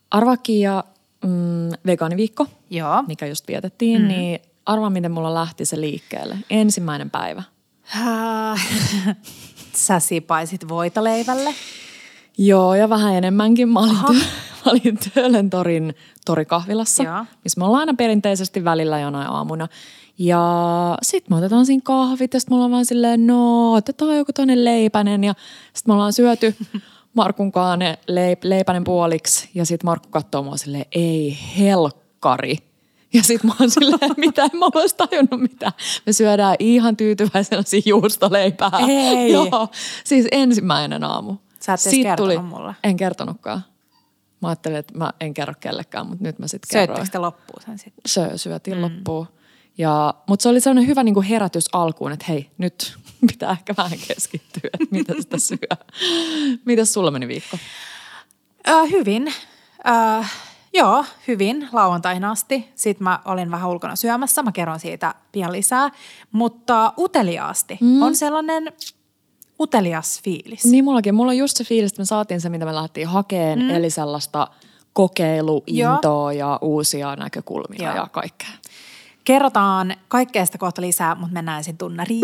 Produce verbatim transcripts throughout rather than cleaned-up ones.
Arvaakin ja mm, vegaaniviikko, Joo. mikä just vietettiin, Mm. niin arvaa, miten mulla lähti se liikkeelle. Ensimmäinen päivä. Sä sipaisit voita leivälle. Joo, ja vähän enemmänkin. Mä olin, ty- mä olin Töölöntorin torikahvilassa, Joo. missä me ollaan aina perinteisesti välillä jonain aamuna. Ja sit me otetaan siinä kahvit ja sit me ollaan vaan silleen, no otetaan joku toinen leipänen. Ja sit me ollaan syöty Markunkaan ne leip- leipänen puoliksi ja sit Markku katsoo mua silleen, ei helkkari. Ja sit mä oon silleen, mitä, en mä ois tajunnut mitään. Me syödään ihan tyytyväisenä juustoleipää. Ei. Joo, siis ensimmäinen aamu. Sä et edes Siitä kertonut tuli, mulle. En kertonutkaan. Mä ajattelin, että mä en kerro kellekään, mutta nyt mä sitten kerroin. Söittekö te loppuun sen sitten? Sö, syötiin mm. loppuun. Ja, mutta se oli sellainen hyvä niin kuin herätys alkuun, että hei, nyt pitää ehkä vähän keskittyä, että mitä sitä syö. Mitäs sulla meni viikko? Äh, hyvin. Äh, joo, hyvin lauantaihin asti. Sitten mä olin vähän ulkona syömässä. Mä kerron siitä pian lisää. Mutta uteliaasti mm. on sellainen utelias fiilis. Niin mullakin. Mulla on just se fiilis, että me saatiin se, mitä me lähdettiin hakeen, mm. eli sellaista kokeiluintoa ja uusia näkökulmia Joo. ja kaikkea. Kerrotaan kaikkea sitä kohta lisää, mutta mennään ensin tunnariin.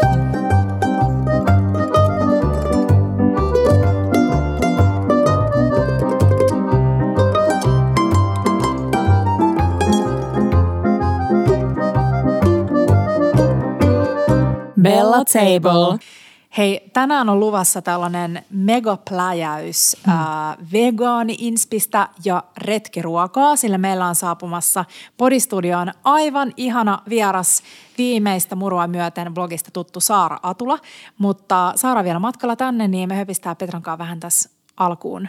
Bella Table. Hei, tänään on luvassa tällainen megapläjäys mm. äh, vegaani-inspistä ja retkiruokaa, sillä meillä on saapumassa Podistudioon aivan ihana vieras viimeistä murua myöten blogista tuttu Saara Atula. Mutta Saara vielä matkalla tänne, niin me höpistää Petran kanssa vähän tässä alkuun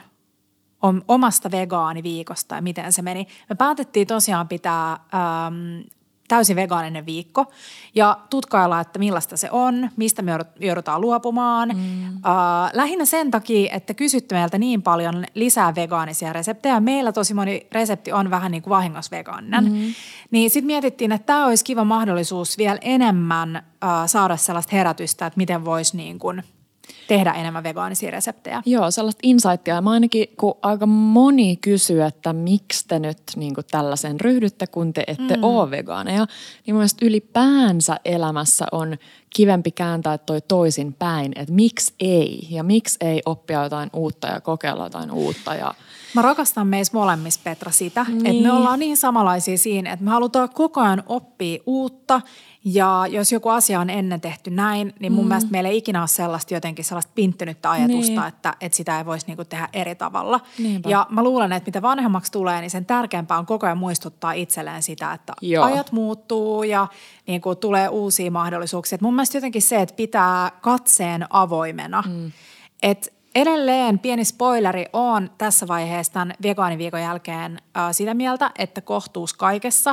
omasta vegaaniviikosta ja miten se meni. Me päätettiin tosiaan pitää Ähm, täysin vegaaninen viikko ja tutkailla, että millaista se on, mistä me joudutaan luopumaan. Mm. Uh, lähinnä sen takia, että kysytty meiltä niin paljon lisää vegaanisia reseptejä. Meillä tosi moni resepti on vähän niin kuin vahingossa vegaaninen. Mm. Niin sitten mietittiin, että tämä olisi kiva mahdollisuus vielä enemmän uh, saada sellaista herätystä, että miten voisi niin kuin tehdä enemmän vegaanisia reseptejä. Joo, sellaista insightia. Mä ainakin, kun aika moni kysyy, että miksi te nyt niin kuin tällaisen ryhdytte, kun te ette mm. ole vegaaneja, niin mun mielestä ylipäänsä elämässä on kivempi kääntää toi toisin päin, että miksi ei ja miksi ei oppia jotain uutta ja kokeilla jotain uutta. Ja mä rakastan meissä molemmissa, Petra, sitä, niin. että me ollaan niin samanlaisia siinä, että me halutaan koko ajan oppia uutta. Ja jos joku asia on ennen tehty näin, niin mun mm. mielestä meillä ei ikinä ole sellaista jotenkin sellaista pinttynyttä ajatusta, niin. että, että sitä ei voisi niinku tehdä eri tavalla. Niinpä. Ja mä luulen, että mitä vanhemmaksi tulee, niin sen tärkeämpää on koko ajan muistuttaa itselleen sitä, että Joo. ajat muuttuu ja niinku tulee uusia mahdollisuuksia. Et mun mielestä jotenkin se, että pitää katseen avoimena. Mm. Että edelleen pieni spoileri on tässä vaiheessa tämän vegaaniviikon jälkeen äh, sitä mieltä, että kohtuus kaikessa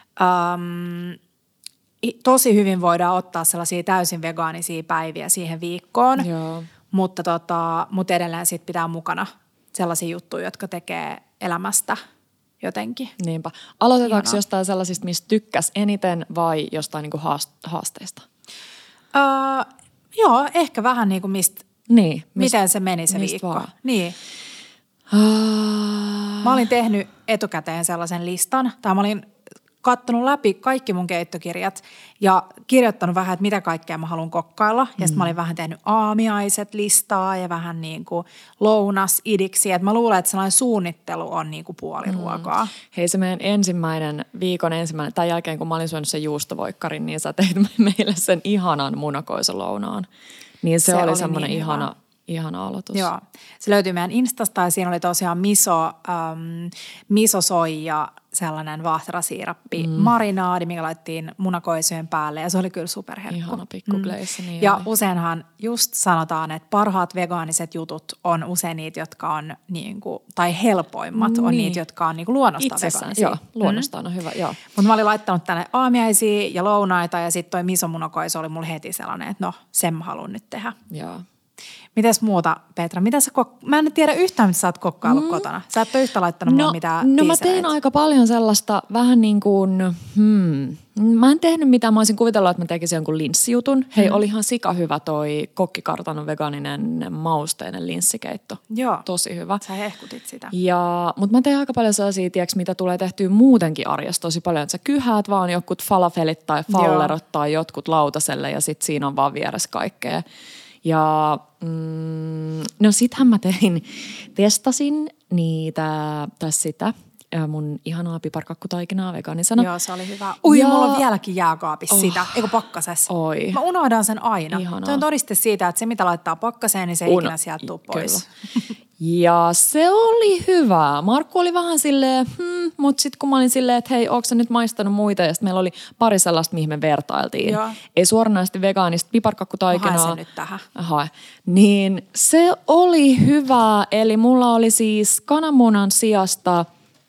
ähm, – tosi hyvin voidaan ottaa sellaisia täysin vegaanisia päiviä siihen viikkoon, Joo. mutta, tota, mutta edelleen sit pitää mukana sellaisia juttuja, jotka tekee elämästä jotenkin. Niinpä. Aloitetaanko Ihanaa. jostain sellaisista, mistä tykkäs eniten vai jostain niinku haasteista? Öö, joo, ehkä vähän niin kuin mistä, niin, mist, miten se meni se viikko. Vaan. Niin. Ah. Mä olin tehnyt etukäteen sellaisen listan, tai mä olin kattonut läpi kaikki mun keittokirjat ja kirjoittanut vähän, että mitä kaikkea mä haluan kokkailla. Ja sitten mä olin vähän tehnyt aamiaiset listaa ja vähän niin kuin lounas-idiksi. Että mä luulen, että sellainen suunnittelu on niin kuin puoliruokaa. Mm. Hei, se meidän ensimmäinen, viikon ensimmäinen, tämän jälkeen kun mä olin syönyt sen juustovoikkarin, niin sä teit meille sen ihanan munakoisolounaan. Niin se, se oli, oli semmoinen niin ihana... Hyvä. Ihana aloitus. Joo. Se löytyi meidän Instasta ja siinä oli tosiaan miso, ähm, misosoija, sellainen vahterasiirappi, mm. marinaadi, mikä laitettiin munakoisojen päälle ja se oli kyllä superhelppo. Ihana pikku gleissi, niin Ja oli. useinhan just sanotaan, että parhaat vegaaniset jutut on usein niitä, jotka on niin kuin, tai helpoimmat niin. on niitä, jotka on niin kuin luonnostaan vegaanisia. Joo, luonnostaan mm. on hyvä, joo. Mutta mä olin laittanut tänne aamiaisia ja lounaita ja sitten toi misomunakoiso oli mulla heti sellainen, että no sen mä haluan nyt tehdä. Joo. Mites muuta, Petra? Mitä sä kok- Mä en tiedä yhtään, mitä sä oot kokkaillut mm. kotona. Sä et ole yhtä laittanut no, mulle mitään No mä teen aika paljon sellaista vähän niin kuin, hmm, mä en tehnyt mitään. Mä olisin kuvitellut, että mä tekisin jonkun linssijutun. Hei, hmm. olihan sika hyvä toi kokkikartanon vegaaninen mausteinen linssikeitto. Joo. Tosi hyvä. Sä hehkutit sitä. Ja, mutta mä teen aika paljon sellaisia, tiiäks, mitä tulee tehtyä muutenkin arjessa tosi paljon. Että sä kyhäät vaan jotkut falafelit tai fallerot Joo. tai jotkut lautaselle ja sit siinä on vaan vieressä kaikkea. Ja mm, no sittenhän mä tein, testasin niitä, tai sitä, mun ihanaa piparkakkutaikinaa vegaanisena. Joo, se oli hyvä. Ui, ja mulla on vieläkin jääkaapissa oh, sitä, eikö pakkasessa. Oi. Mä unohdan sen aina. Ihanaa. Se on todiste siitä, että se mitä laittaa pakkaseen, niin se ei Un- ikinä sieltä tuu pois. Ja se oli hyvä. Markku oli vähän silleen, hmm, mutta sitten kun mä olin silleen, että hei, ootko sä nyt maistanut muita? Ja sitten meillä oli pari sellaista, mihin me vertailtiin. Joo. Ei suoranaisesti vegaanista piparkakkutaikinaa. Mä haen sen nyt tähän. Aha. Niin se oli hyvä. Eli mulla oli siis kananmunan sijasta...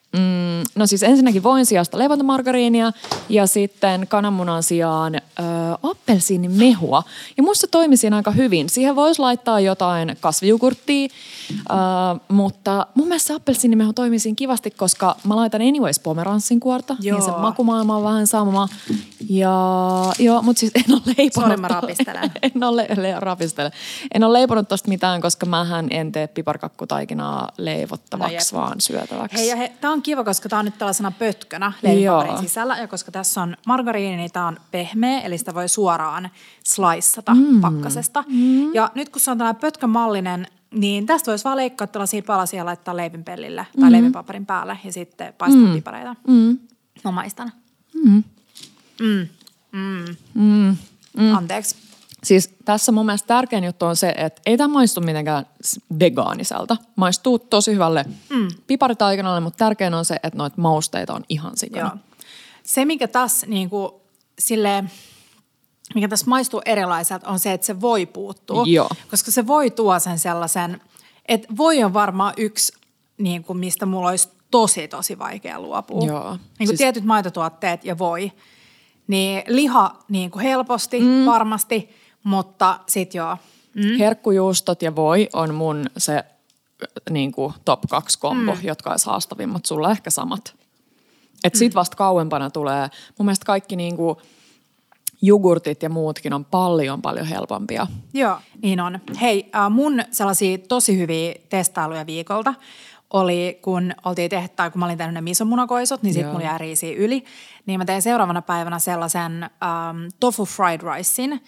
Mm, no siis ensinnäkin voin sijasta leivontamargariinia ja sitten kananmunan sijaan ö, appelsiinimehua. Ja musta se toimi siinä aika hyvin. Siihen voisi laittaa jotain kasvijogurttia, ö, mutta mun mielestä se appelsiinimehu toimi siinä kivasti, koska mä laitan anyways pomeranssin kuorta, joo. Niin se makumaailma on vähän sama. Ja joo, mutta siis en ole leiponut. Sori, mä rapistelen. en ole le- rapistele. En ole leiponut tosta mitään, koska mähän en tee piparkakkutaikinaa leivottavaksi, no vaan syötäväksi. Hei, ja he, tää on kiva, koska tää on nyt tällaisena pötkönä leipäparin sisällä. Ja koska tässä on margariini, niin tää on pehmeä, eli sitä voi suoraan sliceata mm. pakkasesta. Mm. Ja nyt kun se on tällainen pötkönmallinen, niin tästä voisi vaan leikkaa tällaisia palasia ja laittaa leivänpellille tai mm. leivänpaperin päälle ja sitten paistaa mm. pipareita. Mm. Mä maistan. Mm. Mm. Mm. Mm. Mm. Anteeksi. Siis tässä mun mielestä tärkein juttu on se, että ei tämä maistu mitenkään vegaaniselta. Maistuu tosi hyvälle mm. piparitaikanalle, mutta tärkein on se, että noita mausteita on ihan sikana. Joo. Se, mikä tässä niinku, silleen, mikä tässä maistuu erilaiselta, on se, että se voi puuttuu. Joo. Koska se voi tuo sen sellaisen, että voi on varmaan yksi, niinku, mistä mulla olisi tosi, tosi vaikea luopua. Joo. Niin kuin siis... tietyt maitotuotteet ja voi. Niin liha niin kuin helposti, mm. varmasti, mutta sit joo. Mm. Herkkujuustot ja voi on mun se niin kuin top kaksi kombo, mm. jotka olisi haastavimmat. Sulla ehkä samat. Että sit vasta kauempana tulee. Mun mielestä kaikki niin kuin jogurtit ja muutkin on paljon, paljon helpompia. Joo, niin on. Hei, äh, mun sellaisia tosi hyviä testailuja viikolta oli, kun oltiin tehty, tai kun mä olin tehnyt ne misomunakoisut, niin sitten mulla jäi riisiä yli. Niin mä tein seuraavana päivänä sellaisen ähm, tofu fried ricein.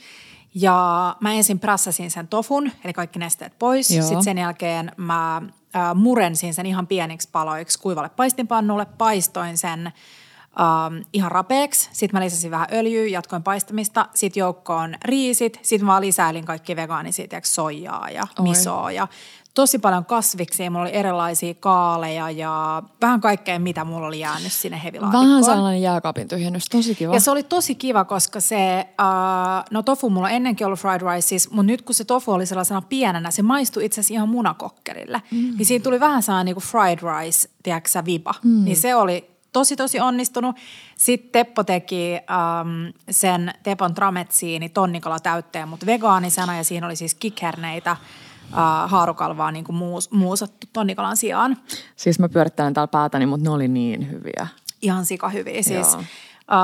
Ja mä ensin prassasin sen tofun, eli kaikki nesteet pois. Joo. Sitten sen jälkeen mä äh, murensin sen ihan pieniksi paloiksi kuivalle paistinpannulle. Paistoin sen ähm, ihan rapeeksi. Sitten mä lisäsin vähän öljyä, jatkoin paistamista. Sitten joukkoon riisit. Sitten mä lisäilin kaikki vegaanisia, soijaa ja Oi. misoa ja tosi paljon kasviksia, mulla oli erilaisia kaaleja ja vähän kaikkea, mitä mulla oli jäänyt sinne hevilaatikkoon. Vähän sellainen jääkaapin tyhjennys, tosi kiva. Ja se oli tosi kiva, koska se, uh, no tofu mulla on ennenkin ollut fried rices, mutta nyt kun se tofu oli sellaisena pienenä, se maistui itse asiassa ihan munakokkerille. Mm. Niin siinä tuli vähän sellainen niin kuin fried rice, tiedätkö sä, vipa. Mm. Niin se oli tosi, tosi onnistunut. Sitten Teppo teki um, sen Tepon trametsiini tonnikala täytteen, mutta vegaanisena ja siinä oli siis kikherneitä. Uh, haarukalvaa niin kuin muus, muusattu tonnikalan sijaan. Siis mä pyörittelen täällä päätäni, mutta ne oli niin hyviä. Ihan sikahyviä. Siis, um,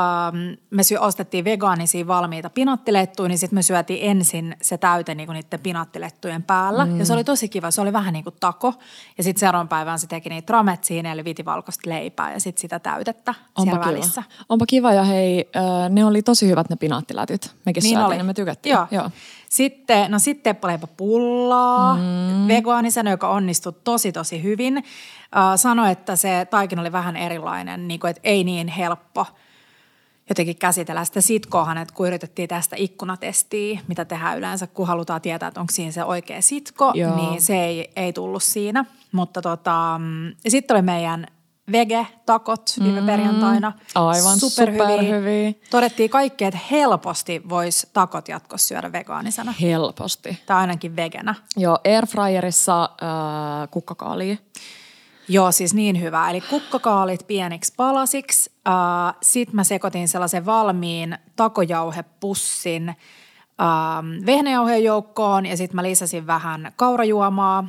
me syö, ostettiin vegaanisia valmiita pinattilettuja, niin sitten me syötiin ensin se täyte niin kuin niiden pinattilettujen päällä. Mm. Ja se oli tosi kiva. Se oli vähän niin kuin tako. Ja sitten seuraavan päivän se teki niitä trametsiineja, eli vitivalkoista leipää ja sitten sitä täytettä Onpa siellä kiva. välissä. Onpa kiva ja hei, ne oli tosi hyvät ne pinaattilätyt. Mekin niin syötiin ja me tykättiin. Joo. Joo. Sitten, no sitten Teppo leipä pullaa mm. vegaanisena, joka onnistui tosi tosi hyvin. Uh, sanoi, että se taikina oli vähän erilainen, niin kuin, että ei niin helppo jotenkin käsitellä sitä sitkoahan, että kun yritettiin tästä ikkunatestiä, mitä tehdään yleensä, kun halutaan tietää, että onko siinä se oikea sitko, Joo. niin se ei, ei tullut siinä. Mutta tota, ja sitten oli meidän vege-takot viime mm, perjantaina. Aivan superhyviä. superhyviä. Todettiin kaikki, että helposti voisi takot jatkossa syödä vegaanisena. Helposti. Tai ainakin vegenä. Joo, airfryerissa äh, kukkakaalia. Joo, siis niin hyvä. Eli kukkakaalit pieniksi palasiksi. Äh, Sitten mä sekoitin sellaisen valmiin takojauhepussin ähm, vehnäjauhojen joukkoon ja sitten mä lisäsin vähän kaurajuomaa.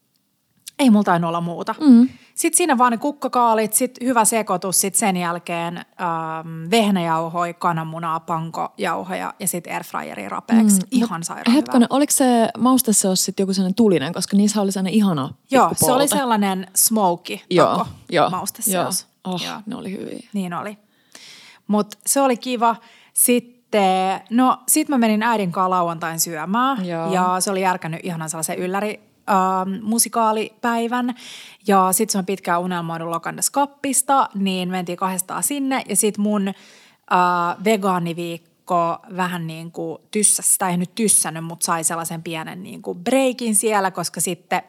Ei multa tainnut olla muuta. Mm. Sitten siinä vaan ne kukkakaalit, sitten hyvä sekoitus, sitten sen jälkeen ähm, vehnäjauhoja, kananmunaa, pankojauhoja ja sitten airfryeriin rapeeksi. Mm. Ihan sairaan Hetkonen, hyvä. oliko se mausteseos sitten joku sellainen tulinen, koska niissä oli sellainen ihana Joo, se oli sellainen smoky joo, joo, mausteseos. Joo. Oh, joo. Ne oli hyviä. Niin oli. Mutta se oli kiva. Sitten, no sit mä menin äidin kanssa lauantain syömään joo. ja se oli järkännyt ihanan sellaisen ylläri Uh, musikaalipäivän ja sitten se on pitkään unelmoinut Lokandas Kappista, niin mentiin kahdestaan sinne ja sitten mun uh, vegaaniviikko vähän niin kuin tyssäsi, tai ei nyt tyssännyt, mutta sai sellaisen pienen niin kuin breikin siellä, koska sitten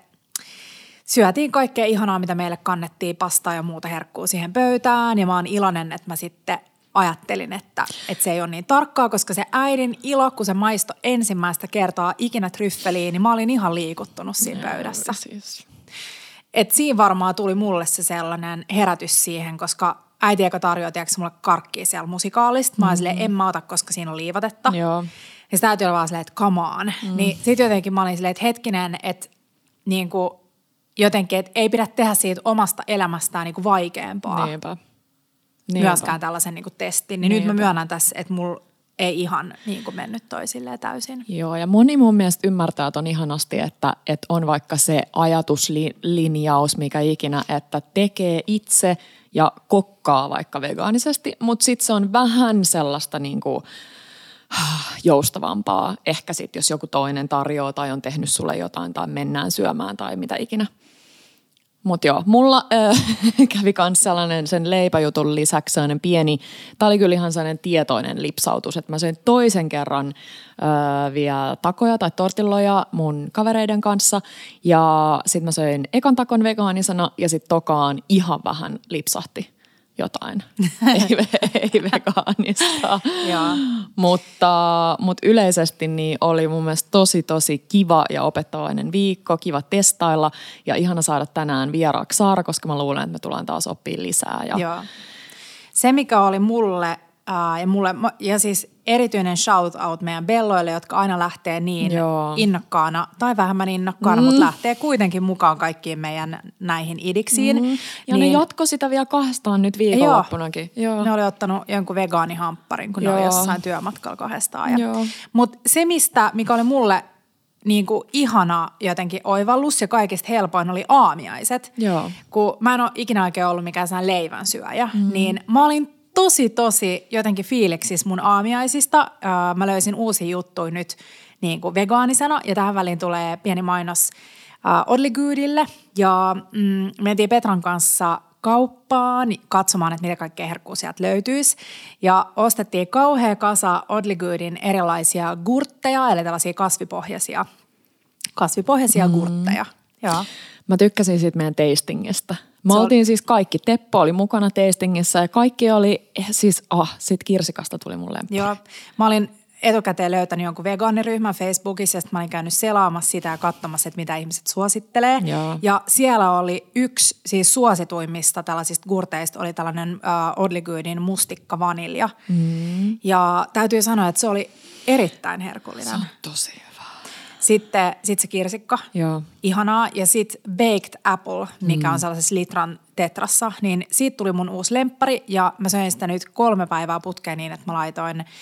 syötiin kaikkea ihanaa, mitä meille kannettiin, pastaa ja muuta herkkuu siihen pöytään ja mä oon iloinen, että mä sitten ajattelin, että, että se ei ole niin tarkkaa, koska se äidin ilo, kun se maistoi ensimmäistä kertaa ikinä tryffeliin, niin mä olin ihan liikuttunut siinä pöydässä. Siis. Et siinä varmaan tuli mulle se sellainen herätys siihen, koska äiti eka tarjoaa tiedätkö mulle karkkia siellä musikaalista. Mä olin mm-hmm. silleen, en mä ota, koska siinä on liivatetta. Joo. Ja sitä täytyy olla vaan silleen, että come on. Mm. Niin sit jotenkin mä olin silleen, että hetkinen, että niin kuin jotenkin, että ei pidä tehdä siitä omasta elämästään niin kuin vaikeampaa. Niinpä. Niinpä. Myöskään tällaisen niin kuin testin. Niin Niinpä. Nyt mä myönnän tässä, että mulla ei ihan niin kuin mennyt toisilleen täysin. Joo, ja moni mun mielestä ymmärtää ton ihanasti, että, että on vaikka se ajatuslinjaus, mikä ikinä, että tekee itse ja kokkaa vaikka vegaanisesti, mutta sitten se on vähän sellaista niin kuin joustavampaa. Ehkä sitten, jos joku toinen tarjoaa tai on tehnyt sulle jotain tai mennään syömään tai mitä ikinä. Mutta joo, mulla äh, kävi myös sellainen sen leipäjutun lisäksi sellainen pieni, tää oli kyllä ihan sellainen tietoinen lipsautus, että mä söin toisen kerran äh, vielä takoja tai tortilloja mun kavereiden kanssa ja sitten mä söin ekan takon vegaanisena ja sitten tokaan ihan vähän lipsahti jotain, ei, ei vegaanista, mutta, mutta yleisesti niin oli mun mielestä tosi tosi kiva ja opettavainen viikko, kiva testailla ja ihana saada tänään vieraaksi Saara, koska mä luulen, että me tullaan taas oppia lisää. Ja... Joo. Se mikä oli mulle ää, ja mulle, ja siis erityinen shout out meidän belloille, jotka aina lähtee niin Joo. innokkaana tai vähemmän innokkaana, mm. mutta lähtee kuitenkin mukaan kaikkiin meidän näihin idiksiin. Mm. Ja niin, ne jatko sitä vielä kahdestaan nyt viikonloppunakin. Joo. Ne oli ottanut jonkun vegaanihampparin, kun Joo. ne oli jossain työmatkalla kahdestaan. Mutta se, mistä, mikä oli mulle niin kuin ihana jotenkin oivallus ja kaikista helpoin oli aamiaiset. Joo. Kun mä en ole ikinä oikein ollut mikään sellainen leivänsyöjä, mm. niin mä olin tosi, tosi jotenkin fiiliksissä mun aamiaisista. Öö, mä löysin uusia juttuja nyt niin kuin vegaanisena ja tähän väliin tulee pieni mainos äh, Oddlygoodille. Ja mm, mentiin Petran kanssa kauppaan katsomaan, että mitä kaikkea herkkuu sieltä löytyisi. Ja ostettiin kauhea kasa Oddlygoodin erilaisia gurtteja, eli tällaisia kasvipohjaisia, kasvipohjaisia mm. gurtteja. Ja. Mä tykkäsin siitä meidän tastingista. Me oltiin oli... siis kaikki, Teppo oli mukana tastingissa ja kaikki oli, siis ah, sit kirsikasta tuli mun lemppari. Joo, mä olin etukäteen löytänyt jonkun vegaaniryhmän Facebookissa ja sitten mä olin käynyt selaamassa sitä ja katsomassa, että mitä ihmiset suosittelee. Joo. Ja siellä oli yksi siis suosituimmista tällaisista gurteista oli tällainen uh, Oddlygoodin mustikka vanilja. Mm. Ja täytyy sanoa, että se oli erittäin herkullinen. Se on tosi hyvä. Sitten sit se kirsikka, Joo. ihanaa. Ja sitten baked apple, mikä mm. on sellaisessa litran tetrassa, niin siitä tuli mun uusi lemppari. Ja mä söin sitä nyt kolme päivää putkeen niin, että mä laitoin äh,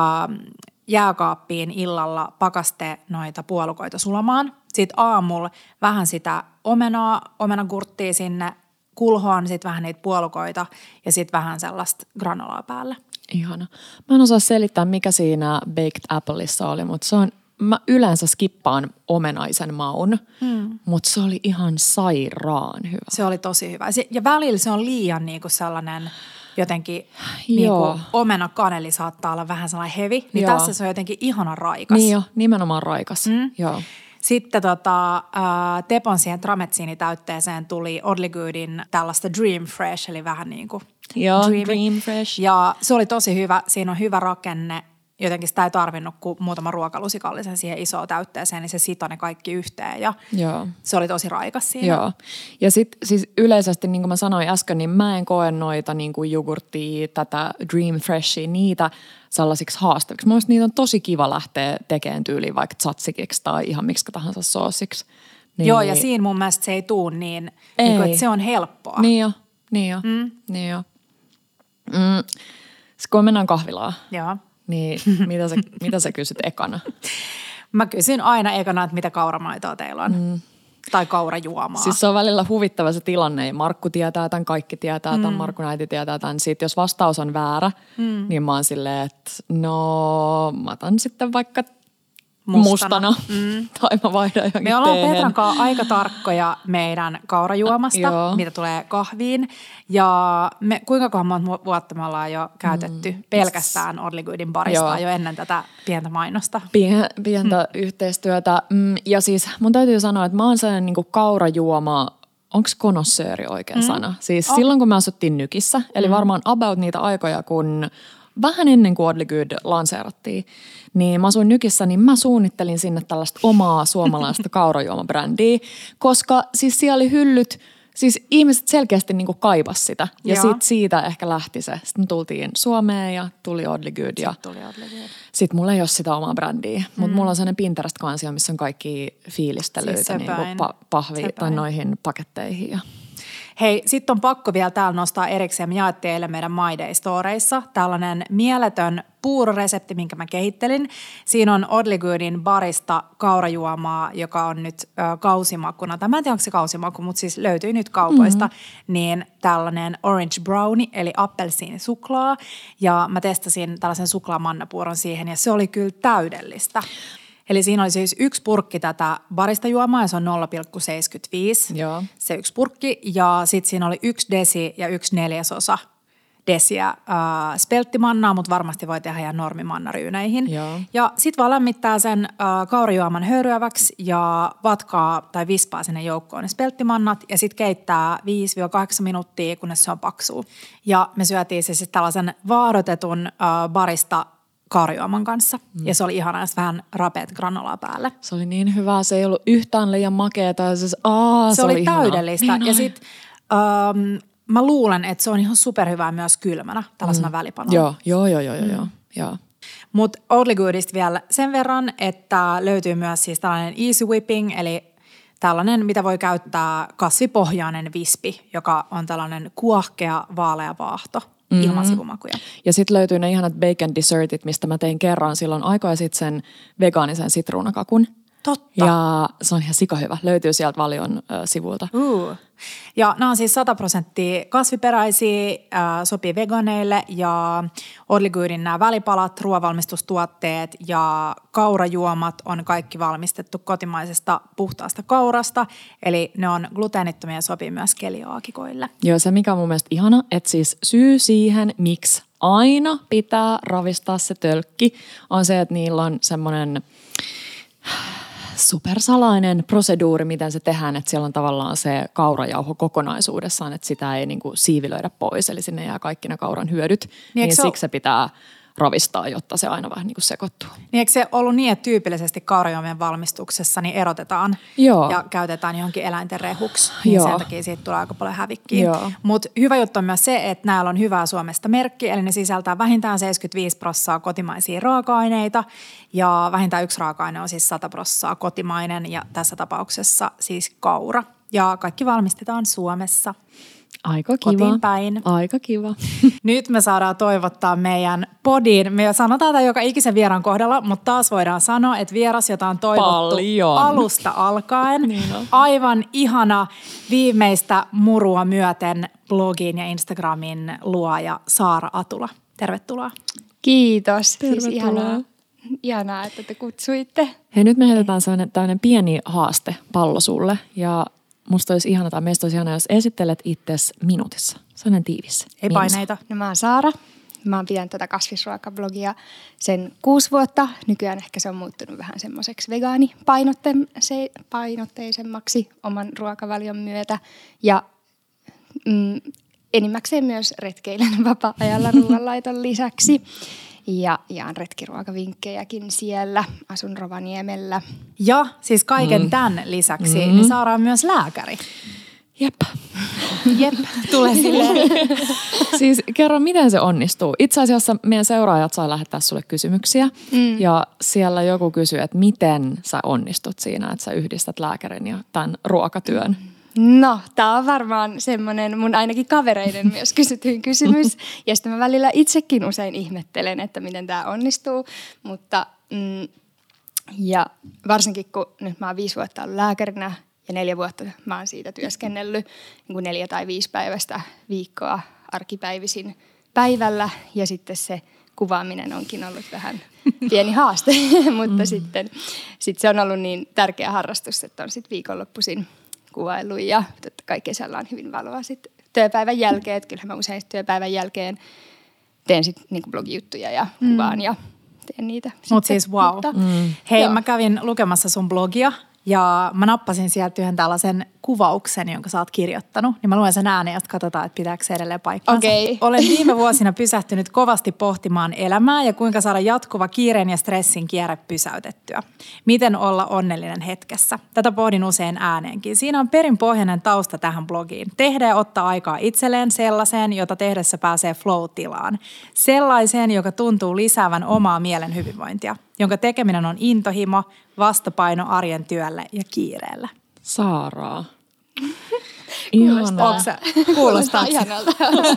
jääkaappiin illalla pakaste noita puolukoita sulamaan. Sitten aamulla vähän sitä omenaa, omenagurttia sinne kulhoon, sitten vähän niitä puolukoita ja sitten vähän sellaista granolaa päälle. Ihana. Mä en osaa selittää, mikä siinä baked appleissa oli, mutta se on... Mä yleensä skippaan omenaisen maun, hmm. mutta se oli ihan sairaan hyvä. Se oli tosi hyvä. Ja välillä se on liian niinku sellainen jotenkin niinku omena-kaneli saattaa olla vähän sellainen hevi. Niin Joo. tässä se on jotenkin ihanan raikas. Niin jo, nimenomaan raikas. Hmm. Joo. Sitten tota, äh, Tepon siihen trametsiinitäytteeseen tuli Oddlygoodin tällaista Dream Fresh, eli vähän niin kuin Joo, Dream Fresh. Ja se oli tosi hyvä. Siinä on hyvä rakenne. jotenkin sitä ei tarvinnut kuin muutama ruokalusikallisen siihen isoon täytteeseen, niin se sitoi ne kaikki yhteen ja Joo. se oli tosi raikas siinä. Joo. Ja sitten siis yleisesti, niin kuin mä sanoin äsken, niin mä en koe noita niin kuin jogurttia, tätä Dream Freshia, niitä sellaisiksi haastaviksi. Mun mielestä niitä on tosi kiva lähteä tekemään tyyliin vaikka tsatsikiksi tai ihan miksi tahansa soosiksi. Niin, Joo, ja siinä mun mielestä se ei tuu niin, niin kuin, että se on helppoa. Niin jo, niin jo, mm. niin jo. Mm. Sitten kun mennään kahvilaan, Joo. niin mitä sä, mitä sä kysyt ekana? Mä kysyn aina ekana, että mitä kauramaitoa teillä on. Mm. Tai kaurajuomaa. Siis se on välillä huvittava se tilanne. Markku tietää tämän, kaikki tietää tämän, mm. Markun äiti tietää tämän. Sitten jos vastaus on väärä, mm. niin mä oon silleen, että no mä otan sitten vaikka mustana, mustana. Mm. tai mä vaihdan johonkin Me ollaan teehen. Petran kanssa aika tarkkoja meidän kaurajuomasta, mitä tulee kahviin. Ja me, kuinka monta vuotta me ollaan jo käytetty mm. pelkästään Oddly Goodin barista jo ennen tätä pientä mainosta. Pien, pientä mm. yhteistyötä. Mm, ja siis mun täytyy sanoa, että mä oon sellainen niin kuin kaurajuoma, onko konossööri oikein mm. sana? Siis oh. silloin kun me asuttiin Nykissä, eli mm. varmaan about niitä aikoja, kun vähän ennen kuin Oddly Good lanseerattiin, niin mä asuin Nykissä, niin mä suunnittelin sinne tällaista omaa suomalaista kaurajuomabrändiä, koska siis siellä oli hyllyt, siis ihmiset selkeästi niinku kaivasi sitä. Ja sit siitä ehkä lähti se. Sitten me tultiin Suomeen ja tuli Oddly Good. Ja sitten mulla ei ole sitä omaa brändiä. Mm. Mutta mulla on sellainen Pinterest-kansio, missä on kaikki fiilistelyitä siis niinku pa- pahvi- tai noihin paketteihin ja hei, sitten on pakko vielä täällä nostaa erikseen. Me jaettiin eilen meidän My Day-storeissa tällainen mieletön puuroresepti, minkä mä kehittelin. Siinä on Oddly Goodin barista kaurajuomaa, joka on nyt ö, kausimakuna. Tai mä en tiedä, onko se kausimaku, mutta siis löytyy nyt kaupoista. Mm-hmm. Niin tällainen orange brownie, eli appelsiinisuklaa. Ja mä testasin tällaisen suklaamannapuuron siihen ja se oli kyllä täydellistä. Eli siinä oli siis yksi purkki tätä barista juomaa ja se on nolla pilkku seitsemänkymmentäviisi Joo. se yksi purkki. Ja sitten siinä oli yksi desi ja yksi neljäsosa desiä äh, spelttimannaa, mutta varmasti voi tehdä ihan normimannaryyneihin. Joo. Ja sitten vaan lämmittää sen äh, kaurajuoman höyryäväksi ja vatkaa tai vispaa sinne joukkoon ne spelttimannat ja sitten keittää viisi kahdeksan minuuttia, kunnes se on paksua. Ja me syötiin se siis tällaisen vaarotetun äh, barista kaurajuoman kanssa. Mm. Ja se oli ihanaa, ja vähän rapeat granolaa päälle. Se oli niin hyvää. Se ei ollut yhtään liian makeata. Se, aa, se, se oli, oli täydellistä. Niin ja sitten ähm, mä luulen, että se on ihan superhyvää myös kylmänä, tällaisena mm. välipanolla. Joo, joo, joo, joo, joo, mm. joo. Mutta Oddly Goodista vielä sen verran, että löytyy myös siis tällainen easy whipping, eli tällainen, mitä voi käyttää kasvipohjainen vispi, joka on tällainen kuohkea vaalea vaahto. Mm-hmm. Ilman sivumakuja. Ja sitten löytyy ne ihanat bacon dessertit, mistä mä tein kerran silloin aikaa sitten sen vegaanisen sitruunakakun. Totta. Ja se on ihan sikahyvä. Löytyy sieltä Valion äh, sivuilta. Uh. Ja nämä on siis sata prosenttia kasviperäisiä, äh, sopii veganeille ja Oddly Goodin nämä välipalat, ruoanvalmistustuotteet ja kaurajuomat on kaikki valmistettu kotimaisesta puhtaasta kaurasta. Eli ne on gluteenittomia ja sopii myös keliaakikoille. Joo, se mikä on mun mielestä ihana, että siis syy siihen, miksi aina pitää ravistaa se tölkki, on se, että niillä on semmoinen supersalainen proseduuri, miten se tehdään, että siellä on tavallaan se kaurajauho kokonaisuudessaan, että sitä ei niin kuin siivilöidä pois, eli sinne jää kaikki ne kauran hyödyt, niin, niin siksi se, se pitää ravistaa, jotta se aina vähän niin kuin sekoittuu. Niin eikö se ollut niin, että tyypillisesti kaurajuomien valmistuksessa niin erotetaan Joo. ja käytetään johonkin eläinten rehuksi, niin Joo. sen takia siitä tulee aika paljon hävikkiä. Mutta hyvä juttu on myös se, että näillä on hyvää Suomesta merkki, eli ne sisältää vähintään seitsemänkymmentäviisi prosenttia kotimaisia raaka-aineita ja vähintään yksi raaka-aine on siis sata prosenttia kotimainen ja tässä tapauksessa siis kaura. Ja kaikki valmistetaan Suomessa. Aika kiva. Kotiin päin. Aika kiva. Nyt me saadaan toivottaa meidän podiin. Me sanotaan tämä joka ikisen vieraan kohdalla, mutta taas voidaan sanoa, että vieras, jota on toivottu Paljon. alusta alkaen. Niin on. Aivan ihana viimeistä murua myöten blogin ja Instagramin luoja Saara Atula. Tervetuloa. Kiitos. Tervetuloa. Siis ihanaa, ihanaa, että te kutsuitte. Hei, nyt me heitetään tämmöinen pieni haaste pallo sulle ja musta olisi ihana, tai meistä olisi ihana, jos esittelet itsesi minuutissa. Sellainen tiivis. Ei paineita. No mä oon Saara. Mä oon pitänyt tätä kasvisruokablogia sen kuusi vuotta. Nykyään ehkä se on muuttunut vähän semmoiseksi vegaanipainotteisemmaksi oman ruokavalion myötä. Ja mm, enimmäkseen myös retkeilen vapaa-ajalla ruoanlaiton lisäksi. Ja jaan retkiruokavinkkejäkin siellä. Asun Rovaniemellä. Ja siis kaiken mm. tämän lisäksi mm. niin saadaan myös lääkäri. Jep. Jep, tulee silleen. Siis kerro, miten se onnistuu. Itse asiassa meidän seuraajat sai lähettää sulle kysymyksiä. Mm. Ja siellä joku kysyy, että miten sä onnistut siinä, että sä yhdistät lääkärin ja tämän ruokatyön. No, tää on varmaan semmoinen mun ainakin kavereiden myös kysytyin kysymys. Ja sitten mä välillä itsekin usein ihmettelen, että miten tää onnistuu. Mutta mm, ja varsinkin kun nyt mä oon viisi vuotta ollut lääkärinä ja neljä vuotta mä oon siitä työskennellyt niin kuin neljä tai viisi päivästä viikkoa arkipäivisin päivällä. Ja sitten se kuvaaminen onkin ollut vähän pieni haaste, mutta mm. sitten sit se on ollut niin tärkeä harrastus, että on sitten viikonloppuisin kuvailu ja totta kai kesällä on hyvin valoa sitten työpäivän jälkeen. Että kyllähän mä usein työpäivän jälkeen teen sitten niinku blogijuttuja ja kuvaan mm. ja teen niitä. Mutta siis wow. Mutta, mm. Hei, joo. Mä kävin lukemassa sun blogia ja mä nappasin sieltä yhden tällaisen kuvauksen, jonka sä oot kirjoittanut. Niin mä luen sen ääneen, jotta katsotaan, että pitääkö se edelleen paikkaansa. Okay. Olen viime vuosina pysähtynyt kovasti pohtimaan elämää ja kuinka saada jatkuva kiireen ja stressin kierre pysäytettyä. Miten olla onnellinen hetkessä? Tätä pohdin usein ääneenkin. Siinä on perinpohjainen tausta tähän blogiin. Tehdä ja ottaa aikaa itselleen sellaiseen, jota tehdessä pääsee flow-tilaan. Sellaiseen, joka tuntuu lisäävän omaa mielen hyvinvointia, jonka tekeminen on intohimo, vastapaino arjen työlle ja kiireelle. Saaraa. Ihanaa. Kuulostaa ihanalta.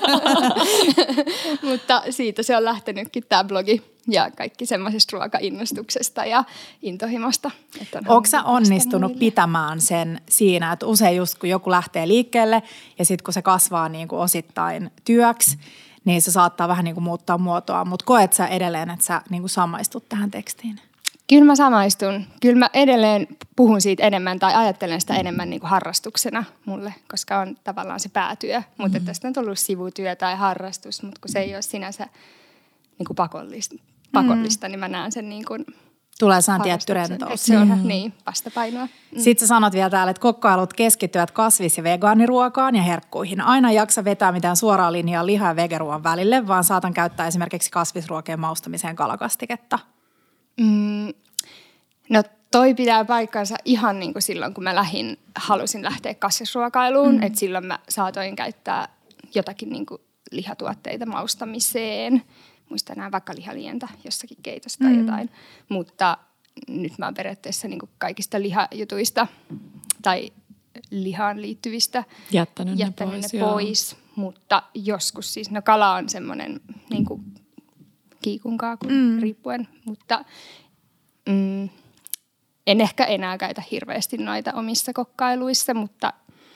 Mutta siitä se on lähtenytkin tämä blogi ja kaikki semmoisesta ruokainnostuksesta ja intohimosta. Oletko sä onnistunut pitämään sen siinä, että usein just kun joku lähtee liikkeelle ja sitten kun se kasvaa niin kuin osittain työksi, niin se saattaa vähän niin kuin muuttaa muotoa, mutta koet sä edelleen, että sä niin kuin samaistut tähän tekstiin? Kyllä mä samaistun. Kyllä mä edelleen puhun siitä enemmän tai ajattelen sitä enemmän niin kuin harrastuksena mulle, koska on tavallaan se päätyö. Mutta mm-hmm. tästä on tullut sivutyö tai harrastus, mutta kun se ei ole sinänsä niin kuin pakollista, pakollista mm-hmm. niin mä näen sen niin kuin tulee saan tietty rentous. Se on mm-hmm. niin, vastapainoa. Mm. Sitten sä sanot vielä täällä, että kokkailut keskittyvät kasvis- ja vegaaniruokaan ja herkkuihin. Aina ei jaksa vetää mitään suoraa linjaa liha- ja vegeruoan välille, vaan saatan käyttää esimerkiksi kasvisruokien maustamiseen kalakastiketta. Mm, no toi pitää paikkansa ihan niin kuin silloin, kun mä lähdin, halusin lähteä kasvisruokailuun. Mm. Että silloin mä saatoin käyttää jotakin niin kuin lihatuotteita maustamiseen. Muistan enää vaikka lihalientä jossakin keitosta tai mm. jotain. Mutta nyt mä oon periaatteessa niin kuin kaikista lihajutuista tai lihaan liittyvistä jättänyt, jättänyt ne pois. Ne pois. Mutta joskus siis, no kala on semmoinen niin kuin kiikunkaa mm. riippuen, mutta mm, en ehkä enää käytä hirveästi noita omissa kokkailuissa, mutta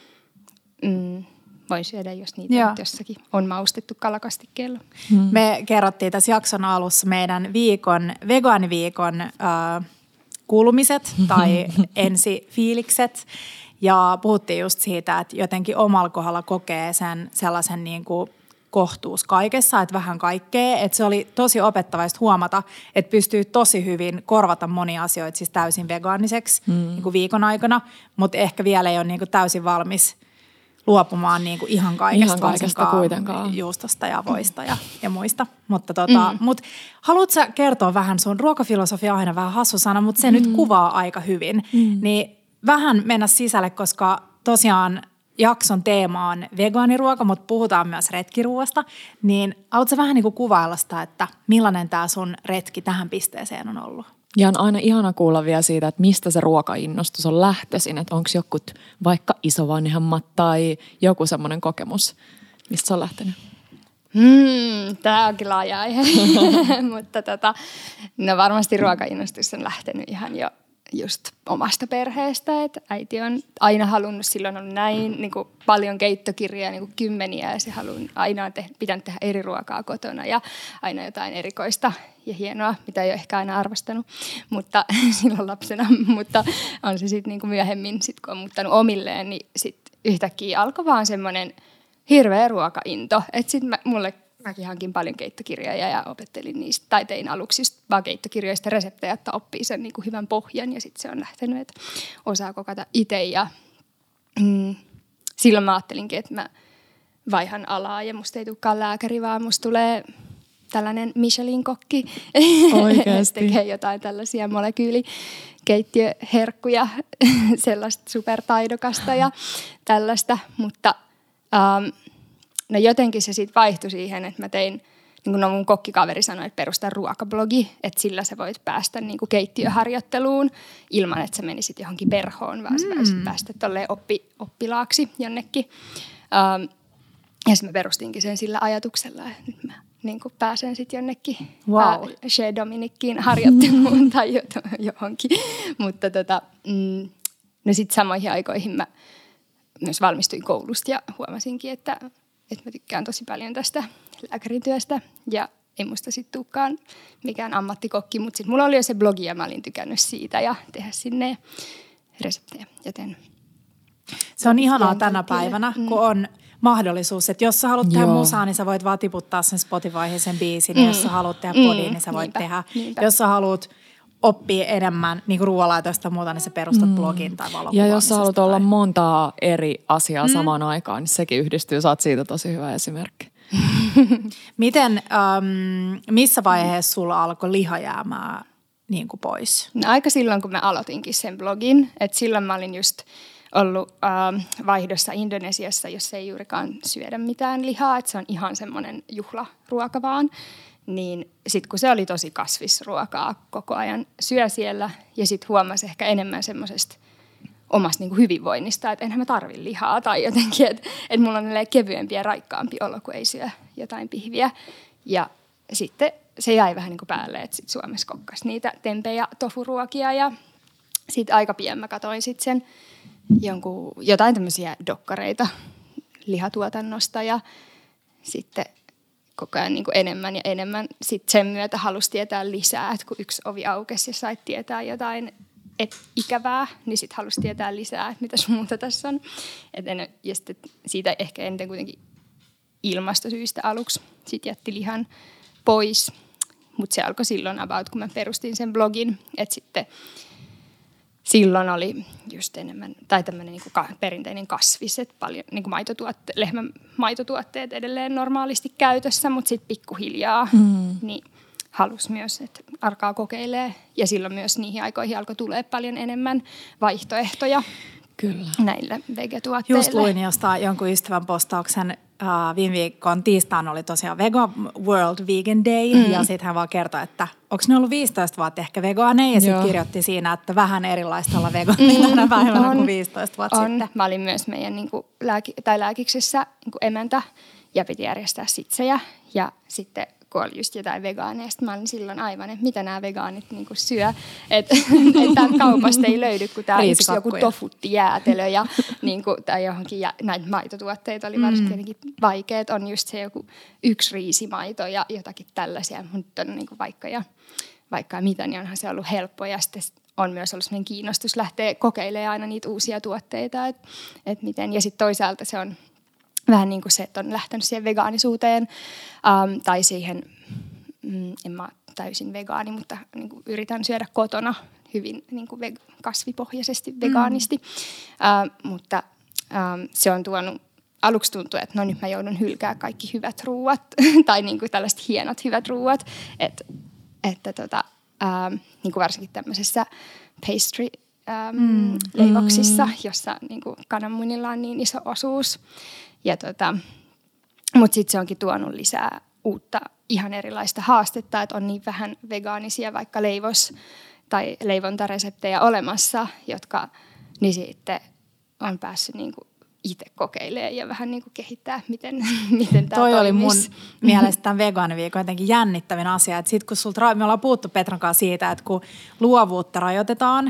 mm, voin syödä, jos niitä nyt jossakin on maustettu kalakastikkeella. Mm. Me kerrottiin tässä jakson alussa meidän viikon, vegaaniviikon äh, kuulumiset tai ensifiilikset. Ja puhuttiin just siitä, että jotenkin omalla kohdalla kokee sen sellaisen niin kuin kohtuus kaikessa, että vähän kaikkea. Että se oli tosi opettavaista huomata, että pystyy tosi hyvin korvata monia asioita siis täysin vegaaniseksi mm. niin kuin viikon aikana, mutta ehkä vielä ei ole niin kuin täysin valmis luopumaan niin kuin ihan kaikesta, ihan kaikesta kuitenkaan. Juustosta ja voista ja, ja muista. Mutta tota, mm. mut, haluatko sä kertoa vähän, sun ruokafilosofia on aina vähän hassu sana, mutta se mm. nyt kuvaa aika hyvin. Mm. Niin vähän mennä sisälle, koska tosiaan jakson teema on vegaaniruoka, mutta puhutaan myös retkiruoasta. Niin haluatko vähän niin kuin kuvailla sitä, että millainen tämä sun retki tähän pisteeseen on ollut? Ja on aina ihana kuulla vielä siitä, että mistä se ruokainnostus on lähtöisin. Että onko jokut vaikka isovanhemmat tai joku semmoinen kokemus, mistä se on lähtenyt? Hmm, tämä onkin laaja aihe, mutta tota, no varmasti ruokainnostus on lähtenyt ihan jo just omasta perheestä, että äiti on aina halunnut, silloin on näin niin kuin paljon keittokirjoja, niin kuin kymmeniä, ja se haluaa aina te, pitänyt tehdä eri ruokaa kotona ja aina jotain erikoista ja hienoa, mitä ei ole ehkä aina arvostanut, mutta silloin lapsena, mutta on se sitten niin kuin myöhemmin, sit kun on muuttanut omilleen, niin sitten yhtäkkiä alkoi vaan semmoinen hirveä ruokainto, että sitten mulle mäkin hankin paljon keittokirjoja ja opettelin niistä, tai tein aluksi vaan keittokirjoista reseptejä, että oppii sen niin kuin hyvän pohjan ja sitten se on lähtenyt, että osaa kokata itse. Ja mm, silloin mä ajattelinkin, että mä vaihan alaa ja musta ei tulekaan lääkäri, vaan musta tulee tällainen Michelin-kokki. Oikeasti. Tekee jotain tällaisia molekyylikeittiöherkkuja, sellaista supertaidokasta ja tällaista. Mutta ähm, no jotenkin se sitten vaihtui siihen, että mä tein, niin kuin no mun kokkikaveri sanoi, että perusta ruokablogi, että sillä sä voit päästä niin kuin keittiöharjoitteluun ilman, että sä menisit johonkin verhoon, vaan sä voisit päästä tolleen oppi, oppilaaksi jonnekin. Ähm, ja sitten mä perustinkin sen sillä ajatuksella, että nyt mä niin kuin pääsen sitten jonnekin wow. Chez Dominicin harjoitteluun tai johonkin. Mutta tota, mm, no sitten samoihin aikoihin mä myös valmistuin koulusta ja huomasinkin, että, että mä tykkään tosi paljon tästä lääkärin työstä. Ja ei musta sitten tulekaan mikään ammattikokki, mutta sitten mulla oli jo se blogi ja mä olin tykännyt siitä ja tehdä sinne reseptejä, joten... Se on ihanaa tänä päivänä, mm. kun on mahdollisuus, että jos sä haluat tehdä Joo. musaa, niin sä voit vaan tiputtaa sen Spotifyhin sen biisin. Mm. Jos sä haluat tehdä podiin, mm. niin sä voit niinpä, tehdä. Niinpä. Jos sä haluat oppia enemmän niin kuin ruoanlaitosta ja muuta, niin sä perustat mm. blogin tai valokuvaamisesta. Ja jos sä haluat olla montaa eri asiaa mm. samaan aikaan, niin sekin yhdistyy. Sä oot siitä tosi hyvä esimerkki. Miten, ähm, missä vaiheessa sulla alkoi liha jäämään niin kuin pois? No aika silloin, kun mä aloitinkin sen blogin. Että silloin mä olin just ollut äh, vaihdossa Indonesiassa, jossa ei juurikaan syödä mitään lihaa. Että se on ihan semmoinen juhlaruoka vaan. Niin sitten kun se oli tosi kasvisruokaa koko ajan syö siellä ja sitten huomasi ehkä enemmän semmoisesta omasta niin kuin hyvinvoinnista, että enhän mä tarvi lihaa tai jotenkin, että, että mulla on kevyempi ja raikkaampi olo, kun ei syö jotain pihviä. Ja sitten se jäi vähän niin kuin päälle, että sitten Suomessa kokkas niitä tempe- ja tofuruokia ja sitten aika pian mä katsoin sitten sen jonkun, jotain tämmöisiä dokkareita lihatuotannosta ja sitten koko ajan niin kuin enemmän ja enemmän. Sitten sen myötä halusi tietää lisää, että kun yksi ovi aukesi ja sait tietää jotain et ikävää, niin sitten halusi tietää lisää, että mitäs muuta tässä on. Et en, ja sitten siitä ehkä eniten kuitenkin ilmastosyistä aluksi sitten jätti lihan pois. Mutta se alkoi silloin about, kun mä perustin sen blogin, että sitten silloin oli just enemmän, tai tämmöinen niinku ka, perinteinen kasvis, että paljon niinku maitotuotte, lehmän maitotuotteet edelleen normaalisti käytössä, mutta sitten pikkuhiljaa mm. niin halusi myös, että alkaa kokeilee. Ja silloin myös niihin aikoihin alkoi tulee paljon enemmän vaihtoehtoja Kyllä. näille vegetuotteille. Just luin jostain jonkun ystävän postauksen. Uh, viime viikon tiistaina oli tosiaan Vegan World Vegan Day, mm. ja sitten hän vaan kertoi, että onko ne ollut viisitoista vuotta ehkä vegaaneja, ja sitten kirjoitti siinä, että vähän erilaista olla vegaanilla tänä päivänä kuin viisitoista vuotta on. sitten. Mä olin myös meidän niin kuin, lääki- tai lääkiksessä niin kuin emäntä, ja piti järjestää sitsejä, ja sitten kun oli just jotain vegaaneista, mä olin silloin aivan, että mitä nämä vegaanit niin kuin syö, että et täältä kaupasta ei löydy, kun tää yksi joku tofuttijäätelö ja niin kuin, tai johonkin, ja näitä maitotuotteita oli varsinkin mm. jotenkin vaikeat, on just se joku yksi riisimaito ja jotakin tällaisia, mutta on niin kuin vaikka ja vaikka mitä, niin onhan se ollut helppoa, ja sitten on myös ollut sellainen kiinnostus lähteä kokeilemaan aina niitä uusia tuotteita, että et miten, ja sitten toisaalta se on vähän niin kuin se, että on lähtenyt siihen vegaanisuuteen ähm, tai siihen, mm, en mä täysin vegaani, mutta niin kuin yritän syödä kotona hyvin niin kuin ve- kasvipohjaisesti, vegaanisti. Mm. Äh, mutta ähm, se on tuonut, aluksi tuntui, että no nyt mä joudun hylkää kaikki hyvät ruuat tai niin kuin tällaiset hienot hyvät ruuat, että, että tota, ähm, niin kuin varsinkin tämmöisessä pastry ähm, mm. leivoksissa, jossa niin kuin kananmunilla on niin iso osuus. Ja tota, mutta sitten se onkin tuonut lisää uutta, ihan erilaista haastetta, että on niin vähän vegaanisia vaikka leivos- tai leivontareseptejä olemassa, jotka niin sitten on päässyt niinku itse kokeilemaan ja vähän niinku kehittää, miten, miten tämä Toi toimisi. oli mun mielestä tämän vegaaniviikon jotenkin jännittävin asia, että sit kun sulta, me ollaan puhuttu Petran kanssa siitä, että kun luovuutta rajoitetaan,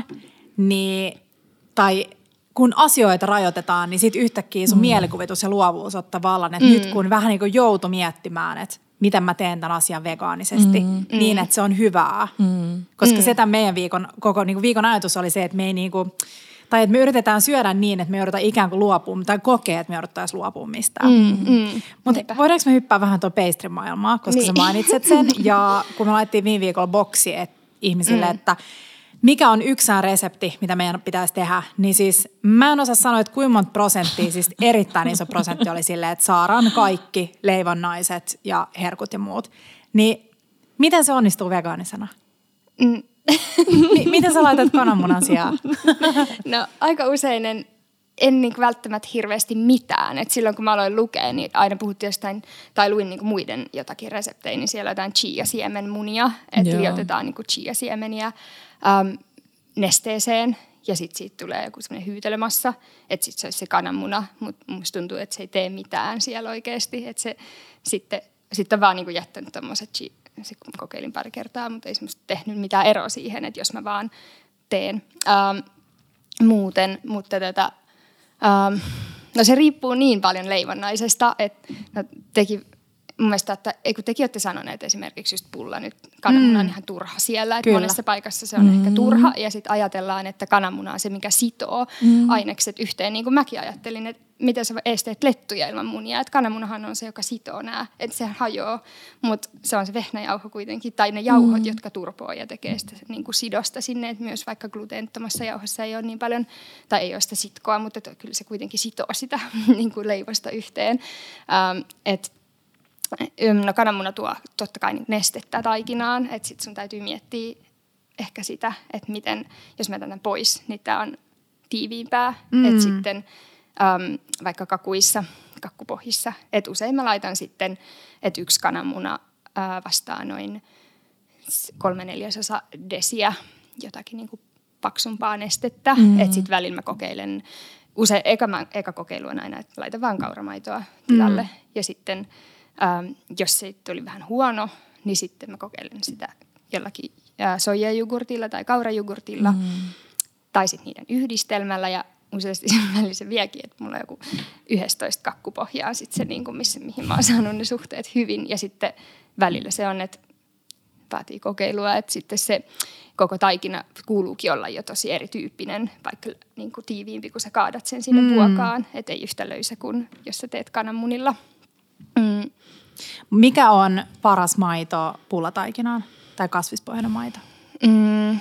niin, tai kun asioita rajoitetaan, niin sitten yhtäkkiä sun mm. mielikuvitus ja luovuus ottaa vallan. Että mm. nyt kun vähän niin kuin joutui miettimään, että miten mä teen tämän asian vegaanisesti, mm. niin että se on hyvää. Mm. Koska mm. se tämän meidän viikon, koko niin kuin viikon ajatus oli se, että me ei niin kuin, tai että me yritetään syödä niin, että me joudutaan ikään kuin luopumaan, tai kokea, että me jouduttaisiin luopumaan mistään. Mm. Mm. Mutta voidaanko me hyppää vähän tuon pastry-maailmaa, koska niin. sä mainitset sen. Ja kun me laittiin viime viikolla boksi et, ihmisille, mm. että mikä on yksään resepti, mitä meidän pitäisi tehdä, niin siis mä en osaa sanoa, että kuinka monta prosenttia, siis erittäin iso prosentti oli silleen, että saadaan kaikki leivonnaiset ja herkut ja muut, Niin miten se onnistuu vegaanisena? Mm. M- miten sä laitat kananmunan sijaan? No aika usein en, en niin välttämättä hirveästi mitään. Et silloin kun mä aloin lukea, niin aina puhuttiin jostain, tai luin niin muiden jotakin reseptejä, niin siellä on jotain chia-siemenmunia, että liotetaan niin chia-siemeniä äm, nesteeseen ja sitten siitä tulee joku semmoinen hyytelömassa, että sitten se olisi se kananmuna, mutta musta tuntuu, että se ei tee mitään siellä oikeasti, että se sitten, sitten on vaan niin jättänyt tommoset chia, se kokeilin pari kertaa, mutta ei semmoista tehnyt mitään eroa siihen, että jos mä vaan teen ähm, muuten, mutta tätä, ähm, no se riippuu niin paljon leivonnaisesta, että no teki mun mielestä, että ei kun tekin olette sanoneet esimerkiksi just pulla nyt kananmuna on mm. ihan turha siellä, että monessa paikassa se on mm. ehkä turha ja sitten ajatellaan, että kananmuna on se, mikä sitoo mm. ainekset yhteen, niin kuin mäkin ajattelin, että miten sä esteet lettuja ilman munia, että kananmunahan on se, joka sitoo nämä, että se hajoaa, mutta se on se vehnäjauho kuitenkin, tai ne jauhot, mm. jotka turpoo ja tekee sitä niin kuin sidosta sinne, että myös vaikka gluteenittomassa jauhossa ei ole niin paljon, tai ei ole sitä sitkoa, mutta kyllä se kuitenkin sitoo sitä niin kuin leivosta yhteen, ähm, että no kananmuna tuo totta kai nestettä taikinaan, että sitten sun täytyy miettiä ehkä sitä, että miten, jos mä tämän pois, niin tää on tiiviimpää, mm. että sitten äm, vaikka kakuissa, kakkupohjissa, että usein mä laitan sitten, että yksi kananmuna ää, vastaa noin kolme neljäsosa desiä jotakin niin kuin paksumpaa nestettä, mm. että sitten välillä mä kokeilen, usein eka, mä, eka kokeilu on aina, että laitan vaan kauramaitoa tilalle mm. ja sitten Ähm, jos se tuli vähän huono, niin sitten mä kokeilen sitä jollakin äh, soijajugurtilla tai kaurajugurtilla mm. tai sitten niiden yhdistelmällä ja useasti välillä se viekin, että mulla on joku yksitoista kakkupohjaa sitten se, niin kuin missä, mihin mä oon saanut ne suhteet hyvin ja sitten välillä se on, että vaatii kokeilua, että sitten se koko taikina kuuluukin olla jo tosi erityyppinen, vaikka niin kuin tiiviimpi, kun sä kaadat sen sinne mm. vuokaan, että ei yhtä löysä kuin jos sä teet kananmunilla. Mm. Mikä on paras maito pullataikinaan tai kasvispohjainen maito? Mm.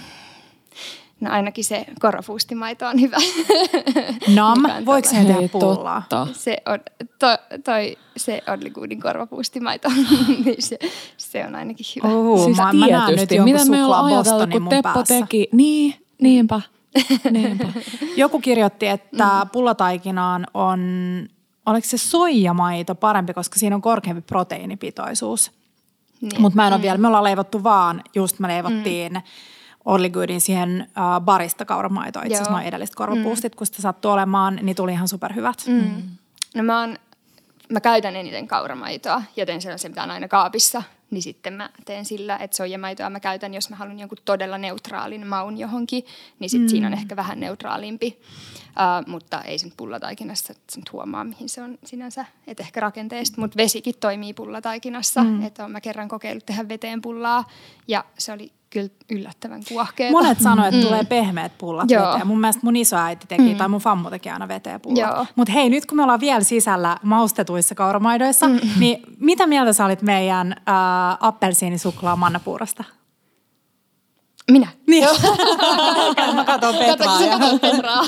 No ainakin se korvapuustimaito on hyvä. Nam, voiko se tehdä pullaa? Se on, to, toi, se Oddly korvapuustimaito, niin se, se on ainakin hyvä. Oho, siis mä, mä näen nyt jonkun suklaa Bostonin mun Teppo päässä. Teki. Niin, niinpä. niinpä. Joku kirjoitti, että mm. pullataikinaan on... Oliko se soijamaito parempi, koska siinä on korkeampi proteiinipitoisuus? Niin. Mutta mä en ole mm. vielä, me ollaan leivottu vaan, just me leivottiin mm. Oddly Goodin siihen uh, barista kauramaitoa. Itse asiassa noin edelliset korvapuustit, mm. kun sitä sattuu olemaan, niin tuli ihan superhyvät. Mm. No mä, oon, mä käytän eniten kauramaitoa, joten se on se, mitä on aina kaapissa. Niin sitten mä teen sillä, että soijamaitoa mä käytän, jos mä haluan jonkun todella neutraalin maun johonkin, niin sitten mm. siinä on ehkä vähän neutraalimpi. Uh, mutta ei sen pullataikinassa sen huomaa, mihin se on sinänsä, että ehkä rakenteesta, mutta vesikin toimii pullataikinassa, mm. että olen mä kerran kokeillut tehdä veteen pullaa ja se oli kyllä yllättävän kuohkeeta. Monet sanoo, että mm. tulee pehmeät pullat Joo. veteen. Mun mielestä mun isoäiti teki mm. tai mun fammu teki aina veteen pullat. Mutta hei, nyt kun me ollaan vielä sisällä maustetuissa kauramaidoissa, mm. niin mitä mieltä sä olit meidän äh, appelsiinisuklaa mannapuurosta? Minä? Niin. Mä katon Petraa. Kato, katon Petraa.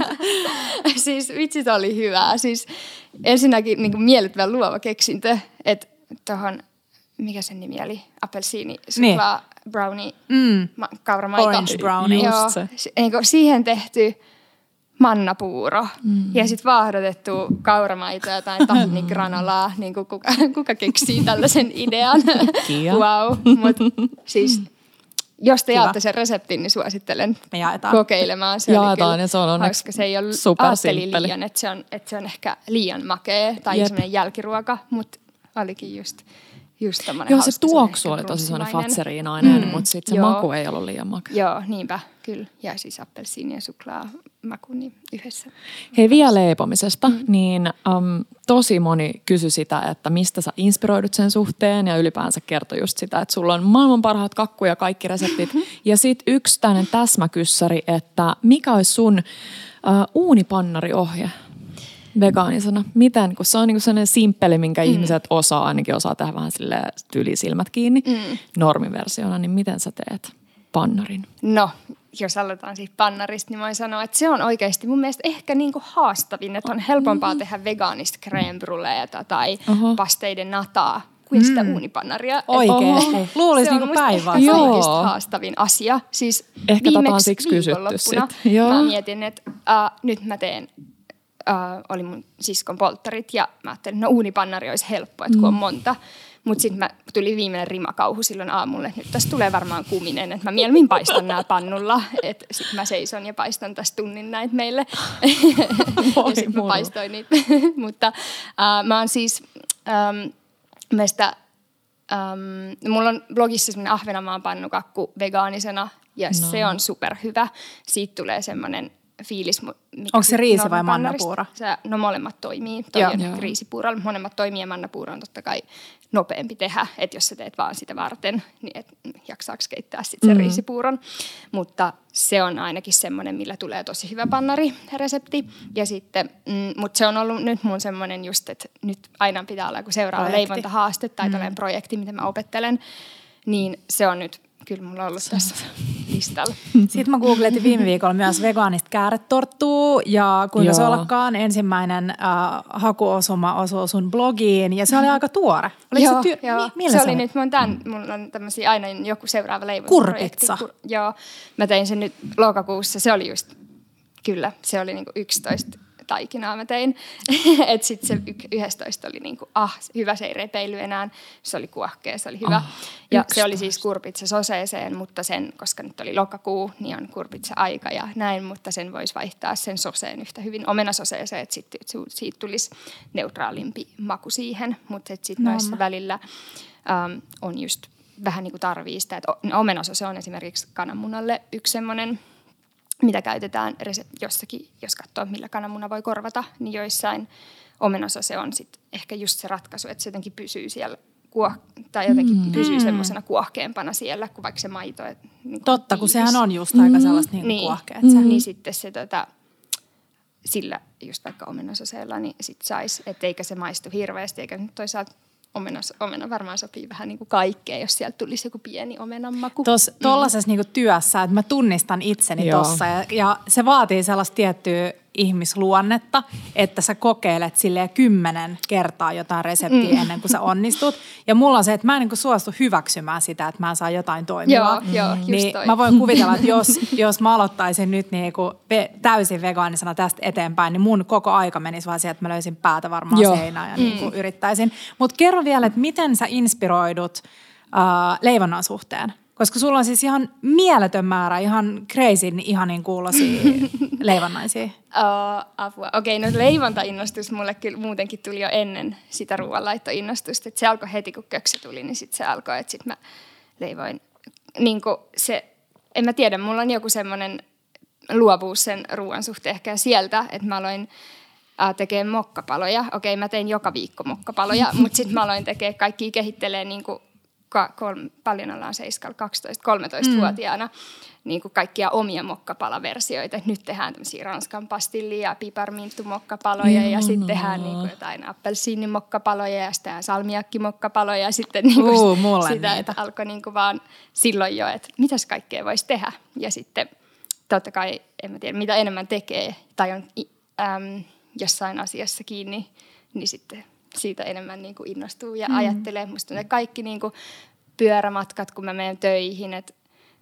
Siis vitsi, se oli hyvää. Siis ensinnäkin niin kuin miellyttävän luova keksintö, että tuohon, mikä sen nimi oli, appelsiini, suklaa, niin. brownie, mm. ma- kauramaito. Orange brownie. Joo, se. Niin kuin siihen tehty mannapuuro mm. ja sitten vaahdotettu kauramaito ja jotain tahinigranolaa, niin kuin kuka, kuka keksii tällaisen idean. Wow, mutta siis... Jos te jaatte sen reseptin, niin suosittelen kokeilemaan. Se Jaetaan, oli ja se on onneksi hauska. Se ei ollut supersimppeli. Liian, että se, on, että se on ehkä liian makea tai semmoinen jälkiruoka, mutta olikin just, just tommoinen Joo, hauska. se tuoksu oli tosi semmoinen fatseriinainen, mm, mutta sitten se joo. maku ei ollut liian makea. Joo, niinpä, kyllä. Ja siis appelsiini ja suklaa maku niin yhdessä. Hei, vielä leipomisesta, mm. niin um, tosi moni kysyi sitä, että mistä sä inspiroidut sen suhteen ja ylipäänsä kertoi just sitä, että sulla on maailman parhaat kakku ja kaikki reseptit. Ja sitten yksi tämmöinen täsmäkyssäri, että mikä olisi sun uh, uunipannariohje vegaanisena? Miten, kun se on niinku sellainen simppeli, minkä mm. ihmiset osaa, ainakin osaa tehdä vähän silleen tyylisilmät kiinni mm. normiversiona, niin miten sä teet pannarin? No, jos aloitetaan siitä pannarista, niin voin sanoa, että se on oikeasti mun mielestä ehkä niinku haastavin, että on helpompaa mm-hmm. tehdä vegaanista crème bruleeta tai uh-huh. pasteiden nataa kuin sitä mm. uunipannaria. Oikeesti. Luulisi niinku päinvastoin. Se on kaikista haastavin asia. Siis ehkä tätä on siksi kysytty sit. Mä mietin, että uh, nyt mä teen, uh, oli mun siskon polttarit ja mä ajattelin, no uunipannari olisi helppo, että kun on monta. Mutta sitten tuli viimeinen rimakauhu silloin aamulle, että nyt tässä tulee varmaan kuminen, että mä mieluummin paistan nämä pannulla. Että sitten mä seison ja paistan tässä tunnin näitä meille. Ja sitten mä paistoin niitä. Mutta äh, mä oon siis, ähm, meistä, ähm, mulla on blogissa semmoinen Ahvenanmaan pannukakku vegaanisena ja no. se on superhyvä. Siitä tulee semmoinen fiilis. Onko se riisi vai mannapuura? Se, no molemmat toimii. Toi on riisipuuralla. Molemmat toimii ja mannapuura on totta kai nopeampi tehdä. Että jos sä teet vaan sitä varten, niin et jaksaaks keittää sitten sen mm-hmm. riisipuuron. Mutta se on ainakin semmoinen, millä tulee tosi hyvä pannariresepti. Ja sitten, mm, mutta se on ollut nyt mun semmoinen just, että nyt aina pitää olla joku seuraava projekti. Leivontahaaste tai mm. tällainen projekti, mitä mä opettelen. Niin se on nyt kyllä mulla on ollut tässä listalla. Sitten mä googletin viime viikolla myös vegaanista kääretorttua ja kuinka se ollakaan ensimmäinen äh, hakuosuma osui sun blogiin ja se oli aika tuore. Oliko joo, se, ty- joo. Mi- se oli oli nyt, mun tämän, mulla on tämmöisiä aina joku seuraava leivontaprojekti. Kurpitsa. Kur, joo, mä tein sen nyt lokakuussa, se oli just, kyllä, se oli niinku yksitoista taikinaa mä tein. Että sitten se yhdestoista oli niinku, ah, hyvä, se ei repeily enää. Se oli kuohkea, se oli hyvä. Oh, ja yksitoista. Se oli siis kurpitsa soseeseen, mutta sen, koska nyt oli lokakuu, niin on kurpitsa aika ja näin, mutta sen voisi vaihtaa sen soseen yhtä hyvin omenasoseeseen, että sitten siitä tulisi neutraalimpi maku siihen. Mutta sitten no, noissa välillä ähm, on just vähän niin kuin tarvii sitä, että omenasose on esimerkiksi kananmunalle yksi semmoinen, mitä käytetään jossakin, jos katsoo, millä kananmuna voi korvata, niin joissain omenassa se on sit ehkä just se ratkaisu, että se jotenkin pysyy siellä, kuoh- tai jotenkin mm. pysyy semmoisena kuohkeampana siellä, kuin vaikka se maito. Et, niin Totta, tiivis. Kun sehän on just mm. aika sellaista niin niin, kuohkeaa. mm. Niin sitten se tota, sillä just vaikka omenasoseella, niin sit saisi, etteikä se maistu hirveästi, eikä nyt toisaalta Omenas, omena varmaan sopii vähän niin kuin kaikkeen, jos sieltä tulisi joku pieni omenan maku. Tuollaisessa mm. niin kuin työssä, että mä tunnistan itseni tuossa ja, ja se vaatii sellaista tiettyä ihmisluonnetta, että sä kokeilet silleen kymmenen kertaa jotain reseptiä mm. ennen kuin sä onnistut. Ja mulla on se, että mä en niin kuin suostu hyväksymään sitä, että mä en saa jotain toimivaa. Joo, joo, just niin toi. Mä voin kuvitella, että jos, jos mä aloittaisin nyt niin kuin täysin vegaanisena tästä eteenpäin, niin mun koko aika menisi vaan siihen, että mä löysin päätä varmaan joo. seinään ja niin kuin mm. yrittäisin. Mutta kerro vielä, että miten sä inspiroidut uh, leivonnan suhteen? Koska sulla on siis ihan mieletön määrä, ihan crazy, ihanin kuulosia leivonnaisia. Uh, apua. Okei, okay, no leivontainnostus mulle kyllä muutenkin tuli jo ennen sitä ruoanlaittoinnostusta. Se alkoi heti, kun köksä tuli, niin sitten se alkoi, että sitten mä leivoin. Niin kuin se, en mä tiedä, mulla on joku semmoinen luovuus sen ruoan suhteen ehkä sieltä, että mä aloin uh, tekemään mokkapaloja. Okei, okay, mä tein joka viikko mokkapaloja, mutta sitten mä aloin tekemään kaikkia kehittelee niin kuin Kolme, paljon ollaan seiskalla, kaksitoista kolmetoista-vuotiaana mm. niin kuin kaikkia omia mokkapalaversioita. Et nyt tehdään tämmöisiä ranskan pastillia ja piparminttumokkapaloja ja sitten tehdään niin kuin jotain appelsiinimokkapaloja ja sitten salmiakkimokkapaloja ja sitten niin kuin uh, sitä, että alkoi niin kuin vaan silloin jo, että mitäs kaikkea voisi tehdä. Ja sitten totta kai, en mä tiedä, mitä enemmän tekee tai on äm, jossain asiassa kiinni, niin sitten siitä enemmän niin kuin innostuu ja mm. ajattelee. Musta ne kaikki niin kuin pyörämatkat, kun mä menen töihin, että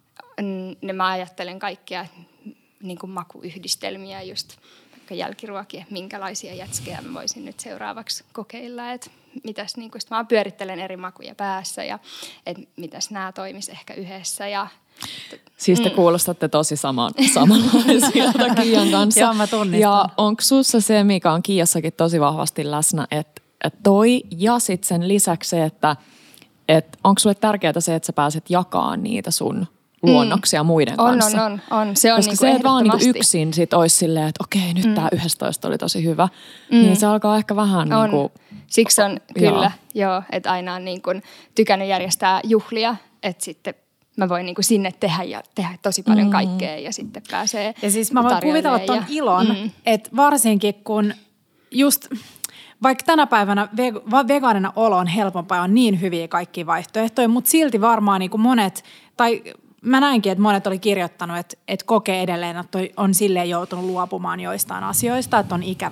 ne mä ajattelen kaikkia niin kuin makuyhdistelmiä, just vaikka jälkiruokia, minkälaisia jätskejä mä voisin nyt seuraavaksi kokeilla. Että mitäs, niin kuin, mä pyörittelen eri makuja päässä ja että mitäs nämä toimis ehkä yhdessä ja siis te mm. kuulostatte tosi sama, samanlaisia Kiian kanssa. Joo, mä tunnistan. Ja onko sussa se, mikä on Kiiassakin tosi vahvasti läsnä, että et toi ja sitten sen lisäksi se, että et onko sulle tärkeää se, että sä pääset jakamaan niitä sun luonnoksia mm. muiden on, kanssa? On, on, on. Se on koska niinku se, että vaan niinku ehdottomasti. yksin sit olisi silleen, että okei, nyt mm. tämä yksitoista oli tosi hyvä, mm. niin se alkaa ehkä vähän on. niinku... Siksi on kyllä, joo, joo että aina on niin kuin tykännyt järjestää juhlia, että sitten mä voin niinku sinne tehdä ja tehdä tosi paljon mm. kaikkea ja sitten pääsee ja siis mä voin kuvitella ton ja, ilon, mm. että varsinkin kun just... Vaikka tänä päivänä vegaanina olo on helpompaa ja on niin hyviä kaikkia vaihtoehtoja, mutta silti varmaan niin kuin monet, tai mä näinkin, että monet oli kirjoittanut, että, että kokee edelleen, että on silleen joutunut luopumaan joistain asioista, että on ikävä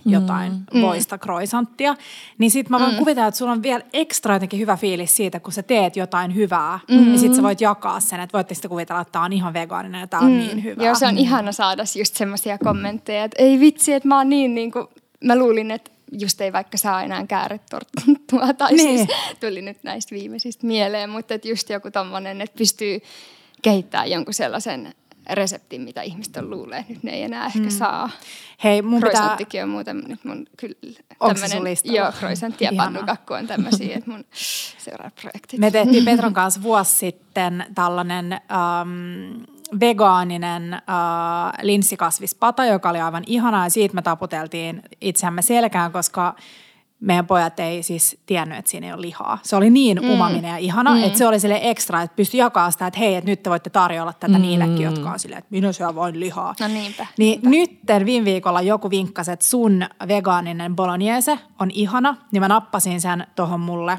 jotain mm. voista croissanttia. Niin sit mä voin mm. kuvitella, että sulla on vielä ekstra jotenkin hyvä fiilis siitä, kun sä teet jotain hyvää. Mm. Ja sit sä voit jakaa sen, että voitte sitten kuvitella, että tää on ihan vegaaninen ja tää on mm. niin hyvä. Joo, se on mm. ihana saada just semmoisia kommentteja, että ei vitsi, että mä oon niin niin kuin, mä luulin, että just ei vaikka saa enää kääretorttua, tai niin. siis tuli nyt näistä viimeisistä mieleen, mutta että just joku tommonen, että pystyy kehittämään jonkun sellaisen reseptin, mitä ihmiset on luulee, että nyt ne ei enää ehkä mm. saa. Hei, mun pitää... Croissanttikin on muuten nyt mun kyllä onko se sun listalla? Joo, croissantti ja pannukakku on tämmöisiä, että mun seuraavat projektit. Me tehtiin Petron kanssa vuosi sitten tällainen um, vegaaninen uh, linssikasvispata, joka oli aivan ihanaa ja siitä me taputeltiin itseämme selkään, koska meidän pojat ei siis tiennyt, että siinä ei ole lihaa. Se oli niin mm. umaminen ja ihana, mm. että se oli sille ekstra, että pystyi jakamaan sitä, että hei, että nyt te voitte tarjolla tätä mm. niillekin, jotka on silleen, että minä syön vain lihaa. No niinpä. Niin niinpä. nyt viime viikolla joku vinkkasi, että sun vegaaninen bolognese on ihana, niin mä nappasin sen tohon mulle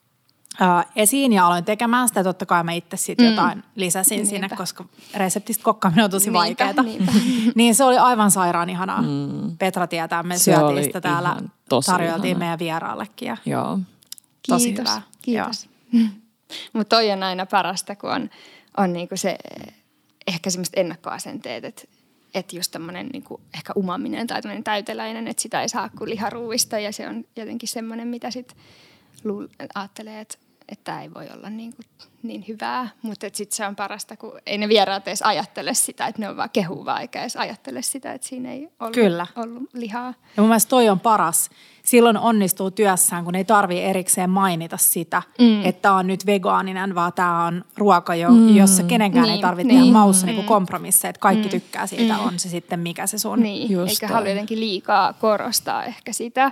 Uh, esiin ja aloin tekemään sitä. Totta kai mä itse sitten mm. jotain lisäsin niinpä. Sinne, koska reseptistä kokkaaminen on tosi niinpä, vaikeaa. Niin se oli aivan sairaan ihanaa. Mm. Petra tietää, me se syötiin sitä täällä. Tarjoiltiin ihana. Meidän vieraallekin. Ja joo. Tosi kiitos, hyvää. Kiitos. Mutta toi on aina parasta, kun on, on niinku se ehkä semmoiset ennakkoasenteet, että että just tämmöinen niinku ehkä umaminen tai tämmöinen täyteläinen, että sitä ei saa kuin liharuuvista ja se on jotenkin semmoinen, mitä sitten ajattelee, että että tämä ei voi olla niin, kuin, niin hyvää, mutta sitten se on parasta, kun ei ne vieraat edes ajattele sitä, että ne on vaan kehuvaa, eikä edes ajattele sitä, että siinä ei ollut, Kyllä. ollut lihaa. Ja mun mielestä toi on paras. Silloin onnistuu työssään, kun ei tarvitse erikseen mainita sitä, mm. että on nyt vegaaninen, vaan tämä on ruoka, jo, mm. jossa kenenkään niin, ei tarvitse niin. tehdä maussa niin kompromisseja, että kaikki mm. tykkää siitä, mm. on se sitten mikä se sun. Niin, just eikä halua jotenkin liikaa korostaa ehkä sitä,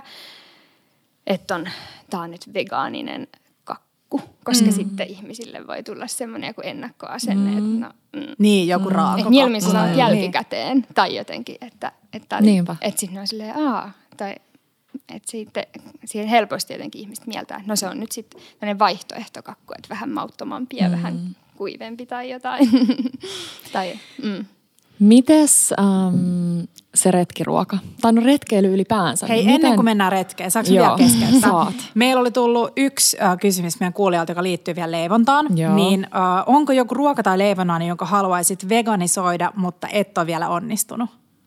että on, tämä on nyt vegaaninen koska mm. sitten ihmisille voi tulla semmoinen joku ennakkoasenne, mm. että no... Mm. Niin, joku raaka kakku. Mieluummin sä saat jälkikäteen niin. Tai jotenkin, että, että, että sitten on silleen, aa, tai että siitä, siihen helposti jotenkin ihmiset mieltää, että no se on nyt sitten tämmöinen vaihtoehtokakku, että vähän mauttomampi ja mm. vähän kuivempi tai jotain. tai, mm. Mites um, se retkiruoka? Tai no retkeily ylipäänsä. Hei, niin ennen miten... kuin mennään retkeen, saanko vielä keskeyttää? Meillä oli tullut yksi uh, kysymys meidän kuulijalta, joka liittyy vielä leivontaan. Joo. Niin uh, onko joku ruoka tai leivonnainen, jonka haluaisit veganisoida, mutta et ole vielä onnistunut?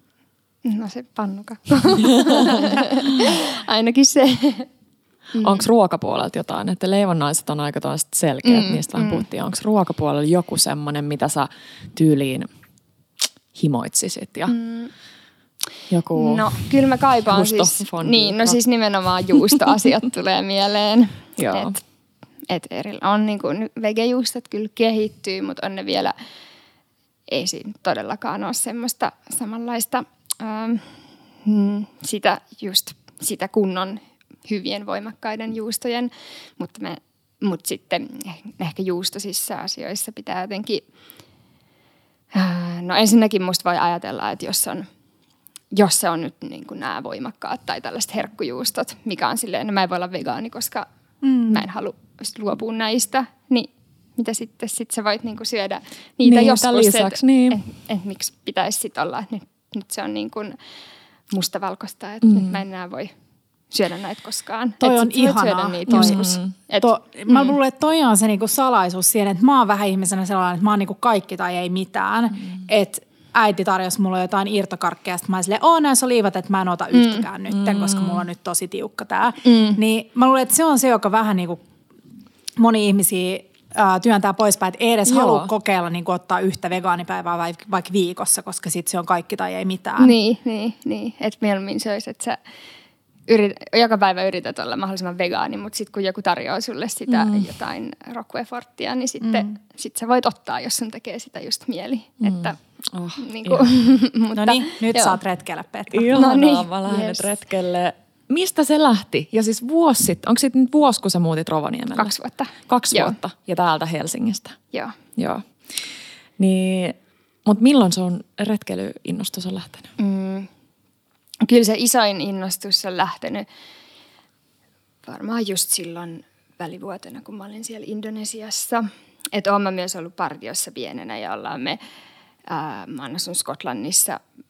No se pannukakku. Ainakin se. Mm. Onko ruokapuolelta jotain? Että leivonnaiset on aika toiset selkeät, mm, niistä vähän mm. puhuttiin. Onko ruokapuolella joku semmoinen, mitä sä tyyliin himoitsisit ja mm. joku no kyllä mä kaipaan siis, niin, no siis nimenomaan juustoasiat tulee mieleen. Joo. Et, et eri, on niin kuin vegejuustot kyllä kehittyy, mutta on ne vielä, ei siinä todellakaan ole semmoista samanlaista ähm, sitä just sitä kunnon hyvien voimakkaiden juustojen, mutta me, mut sitten ehkä juustosissa asioissa pitää jotenkin. No ensinnäkin musta voi ajatella, että jos, on, jos se on nyt niin kuin nämä voimakkaat tai tällaiset herkkujuustot, mikä on silleen, no mä en voi olla vegaani, koska mm. mä en halua luopua näistä, niin mitä sitten sit sä voit niin kuin syödä niitä niin, joskus, että niin. et, et miksi pitäisi sitten olla, että nyt, nyt se on niin kuin mustavalkoista, että mm. nyt mä en enää voi syödä näitä koskaan. Toi et on ihanaa. Mm. Et, to, mm. Mä luulen, että toi on se niinku salaisuus siihen, että mä oon vähän ihmisenä sellainen, että mä oon niinku kaikki tai ei mitään. Mm. Että äiti tarjosi mulle jotain irtokarkkeja, ja sitten mä oon silleen, oo näissä olivat, että mä en ota yhtäkään mm. nytten, koska mulla on nyt tosi tiukka tää. Mm. Niin mä luulen, että se on se, joka vähän niinku moni ihmisiä ää, työntää poispäin, että ei edes Joo. halua kokeilla niinku ottaa yhtä vegaanipäivää vaikka viikossa, koska sit se on kaikki tai ei mitään. Niin, niin, niin. Että mieluummin se olisi, että sä Yrit, joka päivä yrität olla mahdollisimman vegaani, mutta sitten kun joku tarjoaa sulle sitä mm. jotain rokueforttia, niin sitten mm. sit sä voit ottaa, jos sun tekee sitä just mieli. Mm. Että, oh, niin kuin, mutta, no niin, nyt joo. saat retkellä, Petra. Ihanaa, no niin, mä lähden yes. retkelle. Mistä se lähti? Ja siis vuosi sitten, onko sitten nyt vuosi, kun sä muutit Rovaniemelle? Kaksi vuotta. Kaksi joo. vuotta ja täältä Helsingistä. Joo. Joo. Niin, mutta milloin sun retkeilyinnostus on lähtenyt? Mm. Kyllä se isoin innostus on lähtenyt varmaan just silloin välivuotena, kun mä olin siellä Indonesiassa. Että oon mä myös ollut partiossa pienenä ja ollaan me, ää, mä oon asun Skotlannissa niin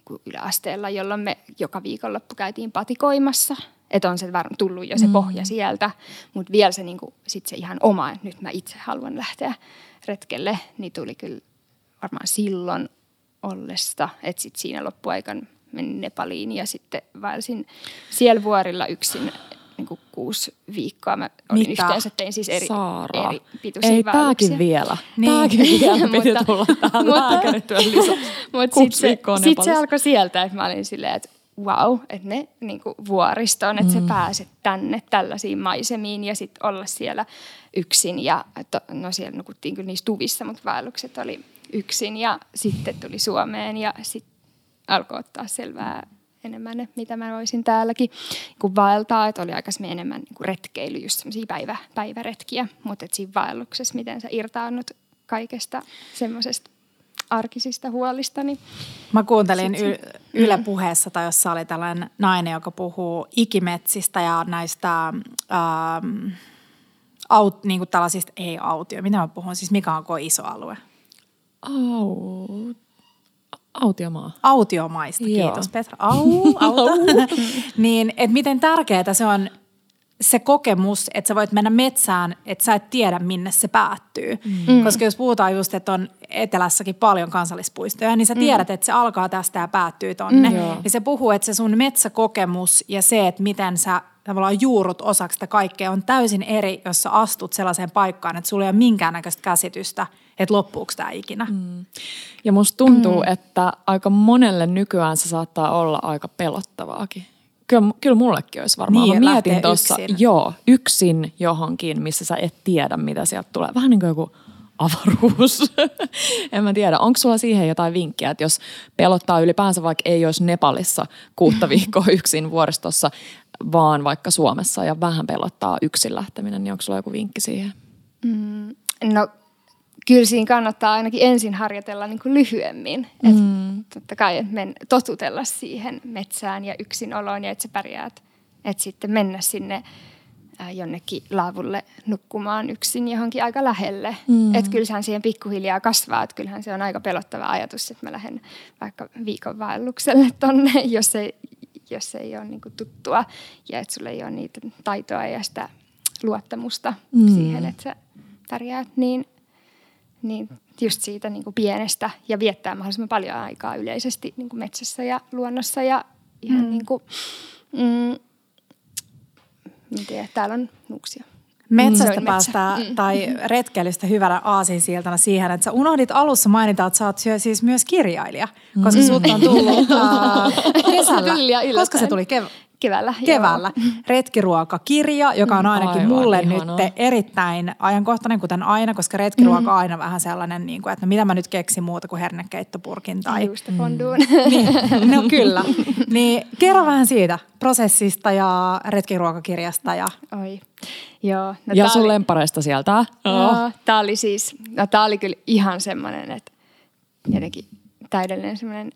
kuin yläasteella, jolloin me joka viikonloppu käytiin patikoimassa. Että on se var- tullut jo se pohja mm. sieltä, mutta vielä se, niin kuin, sit se ihan oma, että nyt mä itse haluan lähteä retkelle, niin tuli kyllä varmaan silloin ollesta, että sitten siinä loppuaikan menin Nepaliin ja sitten vaelsin siellä vuorilla yksin niin kuin kuusi viikkoa. Mä olin Mitä? yhteensä, tein siis eri, eri pituisia Ei, vaelluksia. tääkin vielä. Niin. Tääkin vielä piti Mutta- tulla tähän mutta- lääkärityön lisäksi. Mutta Kuusi sitten se, viikkoa sit se Nepalissa. alkoi sieltä, että mä olin silleen, että wow, että ne niin kuin vuoristoon, että mm. sä pääset tänne tällaisiin maisemiin ja sitten olla siellä yksin. Ja to, no siellä nukuttiin kyllä niissä tuvissa, mutta vaellukset oli yksin ja sitten tuli Suomeen ja sitten alkoi ottaa selvää enemmän, mitä mä voisin täälläkin kun vaeltaa, että oli aikaisemmin enemmän niin kuin retkeily, just semmoisia päivä, päiväretkiä, mutta että siinä vaelluksessa, miten sä irtaannut kaikesta semmoisesta arkisista huolista. Niin Mä kuuntelin Sit se- y- Yle Puheessa, tai jossa oli tällainen nainen, joka puhuu ikimetsistä ja näistä ähm, aut, niin kuin tällaisista, ei autio, mitä mä puhun, siis mikä on koko iso alue? Au, autiomaa. Autiomaista, Joo. kiitos Petra. Au, auta. Niin, että miten tärkeää se on se kokemus, että sä voit mennä metsään, että sä et tiedä, minne se päättyy. Mm. Koska jos puhutaan just, että on etelässäkin paljon kansallispuistoja, niin sä tiedät, mm. että se alkaa tästä ja päättyy tonne. Mm. Ja se puhuu, että se sun metsäkokemus ja se, että miten sä tavallaan juurut osaksi sitä kaikkea on täysin eri, jos sä astut sellaiseen paikkaan, että sulla ei ole minkäännäköistä käsitystä, että loppuuko tämä ikinä. Mm. Ja musta tuntuu, mm. että aika monelle nykyään se saattaa olla aika pelottavaakin. Kyllä, kyllä mullekin olisi varmaan. Niin, Mä lähtee mietin tuossa, yksin. joo, yksin johonkin, missä sä et tiedä, mitä sieltä tulee. Vähän niin kuin joku avaruus. En mä tiedä. Onko sulla siihen jotain vinkkiä, että jos pelottaa ylipäänsä, vaikka ei olisi Nepalissa kuutta viikkoa yksin vuoristossa, vaan vaikka Suomessa ja vähän pelottaa yksin lähteminen, niin onko sulla joku vinkki siihen? Mm, no kyllä siinä kannattaa ainakin ensin harjoitella niin kuin lyhyemmin. Mm. Et totta kai, että men, totutella siihen metsään ja yksinoloon ja että sä pärjäät. Että sitten mennä sinne äh, jonnekin laavulle nukkumaan yksin johonkin aika lähelle. Mm. Että kyllähän siihen pikkuhiljaa kasvaa. Että kyllähän se on aika pelottava ajatus, että mä lähden vaikka viikon vaellukselle tonne, jos ei, jos ei ole niin kuin tuttua. Ja että sulla ei ole niitä taitoa ja sitä luottamusta mm. siihen, että sä pärjäät niin... Niin just siitä niin kuin pienestä ja viettää mahdollisimman paljon aikaa yleisesti niin kuin metsässä ja luonnossa ja ihan mm. niin kuin, mm, en tiedä, täällä on nuuksia. Metsästä Mm. päästään Mm. tai retkeilystä hyvällä aasinsiltana siihen, että sä unohdit alussa mainita, että sä oot syö siis myös kirjailija, koska mm. sut on tullut äh, kesällä. Tuli ja yllättäen. Koska se tuli kev- Keväällä. keväällä. Joo. Retkiruokakirja, joka on ainakin Aivan mulle ihanaa. nyt erittäin ajankohtainen, kuten aina, koska retkiruoka on aina vähän sellainen, niin kuin, että no mitä mä nyt keksin muuta kuin hernekeittopurkin tai... Juusto fonduun. Niin, no kyllä. Niin kerro vähän siitä prosessista ja retkiruokakirjasta. Ja... Oi. Joo. No Ja tää sun oli- lemppareista sieltä? Joo, tää oli siis, no tää oli kyllä ihan semmoinen, että jotenkin täydellinen semmoinen